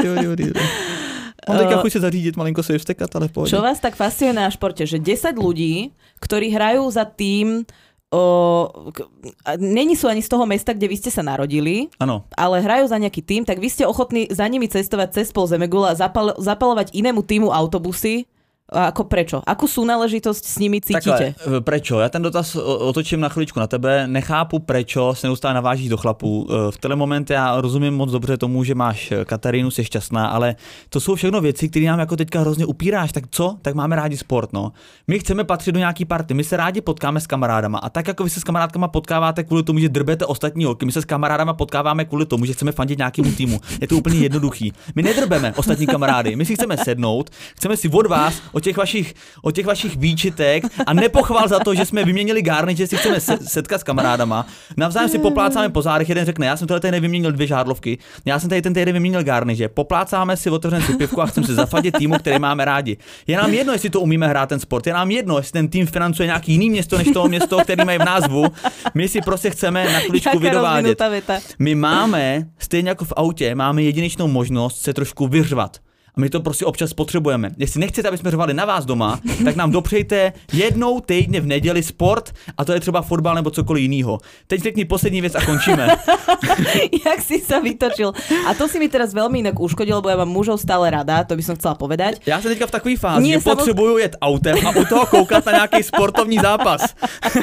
Mám teďka chuť se zařídit, malinko se vyvstekat, ale v pohodě. Čo vás tak fascinuje na športe? Že desať ľudí, ktorí hrajú za tým, o, k, není sú ani z toho mesta, kde vy ste sa narodili, ano. Ale hrajú za nejaký tým, tak vy ste ochotní za nimi cestovať cez pol zemegule a zapal, zapalovať inému týmu autobusy. A ako prečo? Akú súnáležitosť s nimi cítite? Takhle, prečo? Já ten dotaz otočím na chviličku na tebe. Nechápu, prečo se neustále navážíš do chlapů. V tenhle moment já rozumím moc dobře tomu, že máš Katarínu, jsi šťastná, ale to jsou všechno věci, které nám jako teďka hrozně upíráš. Tak co? Tak máme rádi sport, no. My chceme patřit do nějaký party. My se rádi potkáme s kamarádama. A tak jako vy se s kamarádkama potkáváte kvůli tomu, že drbete ostatní holky, my se s kamarádama potkáváme kvůli tomu, že chceme fandit nějakému týmu. Je to úplně jednoduchý. My nedrbeme ostatní kamarády. My si chceme sednout, chceme si od vás o těch vašich, o těch vašich výčitek a nepochval za to, že jsme vyměnili garny, že si chceme se, setkat s kamarádama. Navzájem si poplácáme po zádech, jeden řekne, já jsem tohle tady vyměnil dvě žádlovky, já jsem tady ten týden vyměnil garny, že poplácáme si otevřené si pivku a chceme se zafadit týmu, který máme rádi. Je nám jedno, jestli to umíme hrát ten sport, je nám jedno, jestli ten tým financuje nějaký jiný město než toho město, který mají v názvu. My si prostě chceme na chviličku vydovádět. My máme, stejně jako v autě, máme jedinečnou možnost se trošku vyřvat. A my to prostě občas potřebujeme. Jestli nechcete, aby jsme řvali na vás doma, tak nám dopřejte jednou týdně v neděli sport a to je třeba fotbal nebo cokoliv jiného. Teď řekni poslední věc a končíme. Jak si sa vytočil. A to si mi teraz veľmi inak uškodil, lebo ja mám mužov stále rada, to by som chcela povedať. Já jsem teďka v takové fázi, Nie, že samoz... potřebuju jet autem a u toho koukat na nějaký sportovní zápas.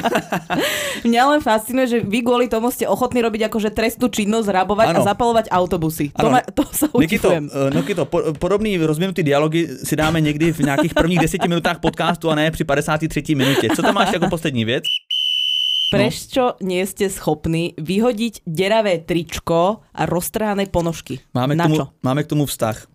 Mňa len fascinuje, že vy kvôli tomu ste ochotní robiť akože trestnú činnosť, rabovať ano. A zapalovať autobusy. To, ma, to sa utichujem. Nikito, po, podobný rozvinutý dialogy si dáme někdy v nějakých prvních deseti minutách podcastu a ne při padesátej tretej minutě. Co tam máš jako poslední věc? Prečo nie ste schopní vyhodiť deravé tričko a roztrhané ponožky? Máme k, Na tomu, čo? máme k tomu vztah.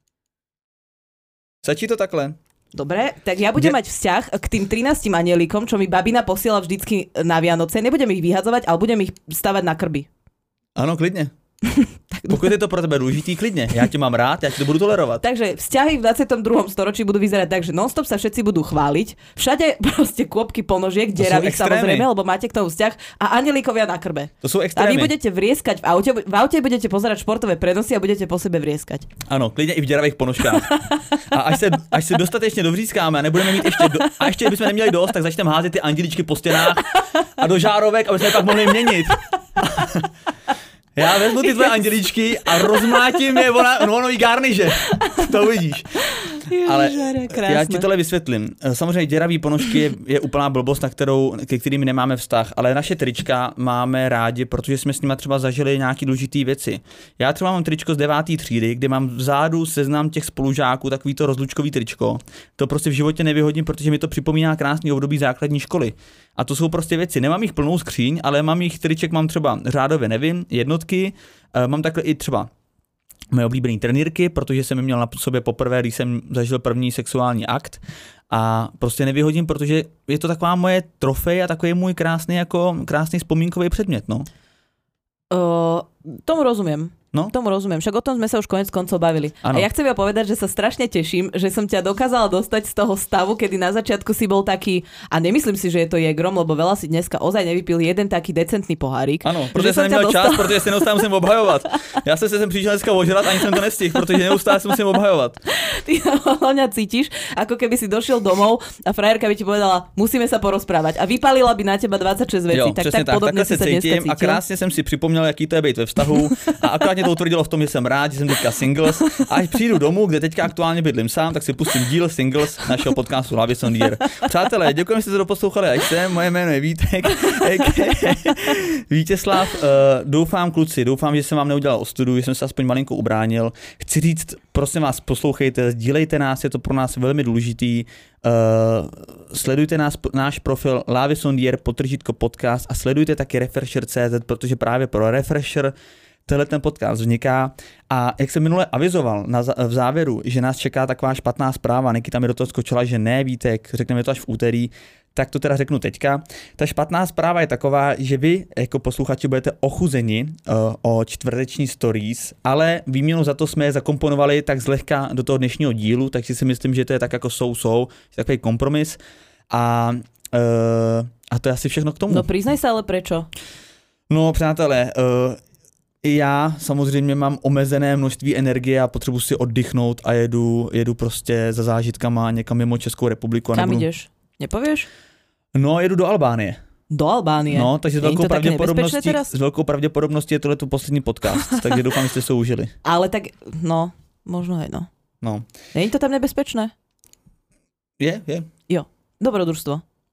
Stačí to takhle? Dobre, tak ja budem De- mať vzťah k tým trinástim anielikom, čo mi babina posiela vždycky na Vianoce. Nebudem ich vyhadzovať, ale budem ich stavať na krby. Ano, klidně. Pokud je to pro tebe důležitý, klidně. Já tě mám rád, já ti to budu tolerovat. Takže vzťahy v dvadsiatom druhom storočí budú vyzerať tak, že non-stop sa všetci budú chváliť. Všade proste kôpky ponožiek, deravých samozrejme, lebo máte k tomu vzťah a anjelíkovia na krbe. To sú A extrémy. vy budete vrieskať v aute, v aute budete pozerať športové prenosy a budete po sebe vrieskať. Ano, klidně i v děravých ponožkách. A až se, až se dostatečně dovřískáme a nebudeme mít ještě do, a ještě bychom neměli dost, tak začneme házet ty anděličky po stěnách a do žárovek, aby jsme je pak mohli měnit. Já vezmu ty tvoje anděličky a rozmlátím je nový garniže. To uvidíš. Ale já ti tohle vysvětlím. Samozřejmě děravý ponožky je, je úplná blbost, na kterou, ke kterým nemáme vztah, ale naše trička máme rádi, protože jsme s nimi třeba zažili nějaký důležitý věci. Já třeba mám tričko z deváté třídy, kde mám vzadu seznam těch spolužáků, takový to rozlučkový tričko. To prostě v životě nevyhodím, protože mi to připomíná krásný období základní školy. A to jsou prostě věci. Nemám jich plnou skříň, ale mám jich triček, mám třeba řádově, nevím, jednotky, mám takhle i třeba moje oblíbené trenýrky, protože jsem je měl na sobě poprvé, když jsem zažil první sexuální akt a prostě nevyhodím, protože je to taková moje trofej a takový můj krásný, jako krásný vzpomínkový předmět, no. Uh, tomu rozumiem. No? Tomu rozumiem, však o tom sme sa už konec koncov bavili. Ano. A ja chcem ja povedať, že sa strašne teším, že som ťa dokázala dostať z toho stavu, kedy na začiatku si bol taký, a nemyslím si, že je to jegrom, lebo veľa si dneska ozaj nevypil jeden taký decentný pohárik. Ano, protože jsem neměl dostal... čas, protože se neustále musím obhajovat. Já jsem se sem přišel dneska ožrat, ani jsem to nestihl, protože neustále se musím obhajovat. Ty hlavňa cítiš, ako keby si došiel domov a frajerka by ti povedala, musíme sa porozprávať a vypalila by na teba dvadsaťšesť vecí. Jo, tak, tak, tak podobne si sa dneska cítil. A krásně jsem si připomněl, jaký to je být ve vztahu a akorát mě to utvrdilo v tom, že jsem rád, že jsem teďka singles a až přijdu domů, kde teďka aktuálně bydlím sám, tak si pustím díl singles našeho podcastu Hlavě Sondier. Přátelé, děkuji, že jste to doposlouchali až sem, moje jméno je Vítek, Vítězslav, uh, doufám kluci, doufám, že jsem vám neudělal ostudu, že jsem se aspoň malinko ubránil. Chci říct, prosím vás, poslouchejte, sdílejte nás, je to pro nás velmi důležitý. Uh, sledujte nás, náš profil Lávě Sondier, podtržítko podcast a sledujte taky Refresher tečka cé zet, protože právě pro Refresher tenhle ten podcast vzniká a jak jsem minule avizoval na, v závěru, že nás čeká taková špatná zpráva, Nikita mi do toho skočila, že ne, Vítek, řekneme to až v úterý, tak to teda řeknu teďka. Ta špatná zpráva je taková, že vy jako posluchači budete ochuzeni uh, o čtvrteční stories, ale výměnu za to jsme je zakomponovali tak zlehka do toho dnešního dílu, takže si myslím, že to je tak jako sou-sou, takový kompromis a, uh, a to je asi všechno k tomu. No priznaj sa ale prečo? No přátelé, uh, i já samozřejmě mám omezené množství energie a potřebuji si oddychnout a jedu, jedu prostě za zážitkama někam mimo Českou republiku. Kam nebudu... ideš? Nepovieš? No, jedu do Albánie. Do Albánie? No, takže s velkou, pravděpodobností, s velkou pravděpodobností je tohleto poslední podcast, takže doufám, že jste se užili. Ale tak, no, možno aj no. No. Není to tam nebezpečné? Je, je. Jo, dobrodružstvo.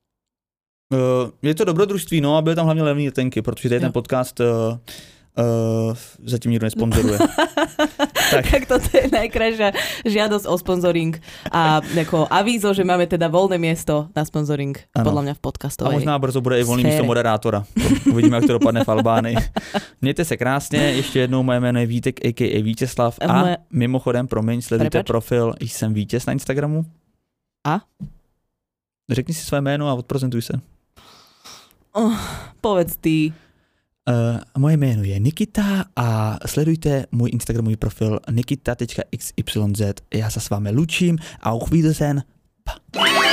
Uh, je to dobrodružství, no a byly tam hlavně levné letenky, protože tady ten podcast... Uh, Uh, zatím nikdo nesponzoruje. tak. tak toto je najkrajšia žiadosť o sponzoring a ako avízo, že máme teda voľné miesto na sponzoring, ano. Podľa mňa v podcastovej. A možná brzo bude i voľné místo moderátora. Uvidíme, jak to dopadne v Albánii. Mějte se krásně, ještě jednou moje jméno je Vítek a ká a Vítězslav a moje... mimochodem, promiň, sledujte Prepač? Profil Jsem Vítěz na Instagramu. A? Řekni si své jméno a odprezentuj se. Oh, povedz ty. Uh, moje jméno je Nikita a sledujte můj Instagramový profil nikita tečka xyz. Já se s vámi lučím a auf Wiedersehen. Pa.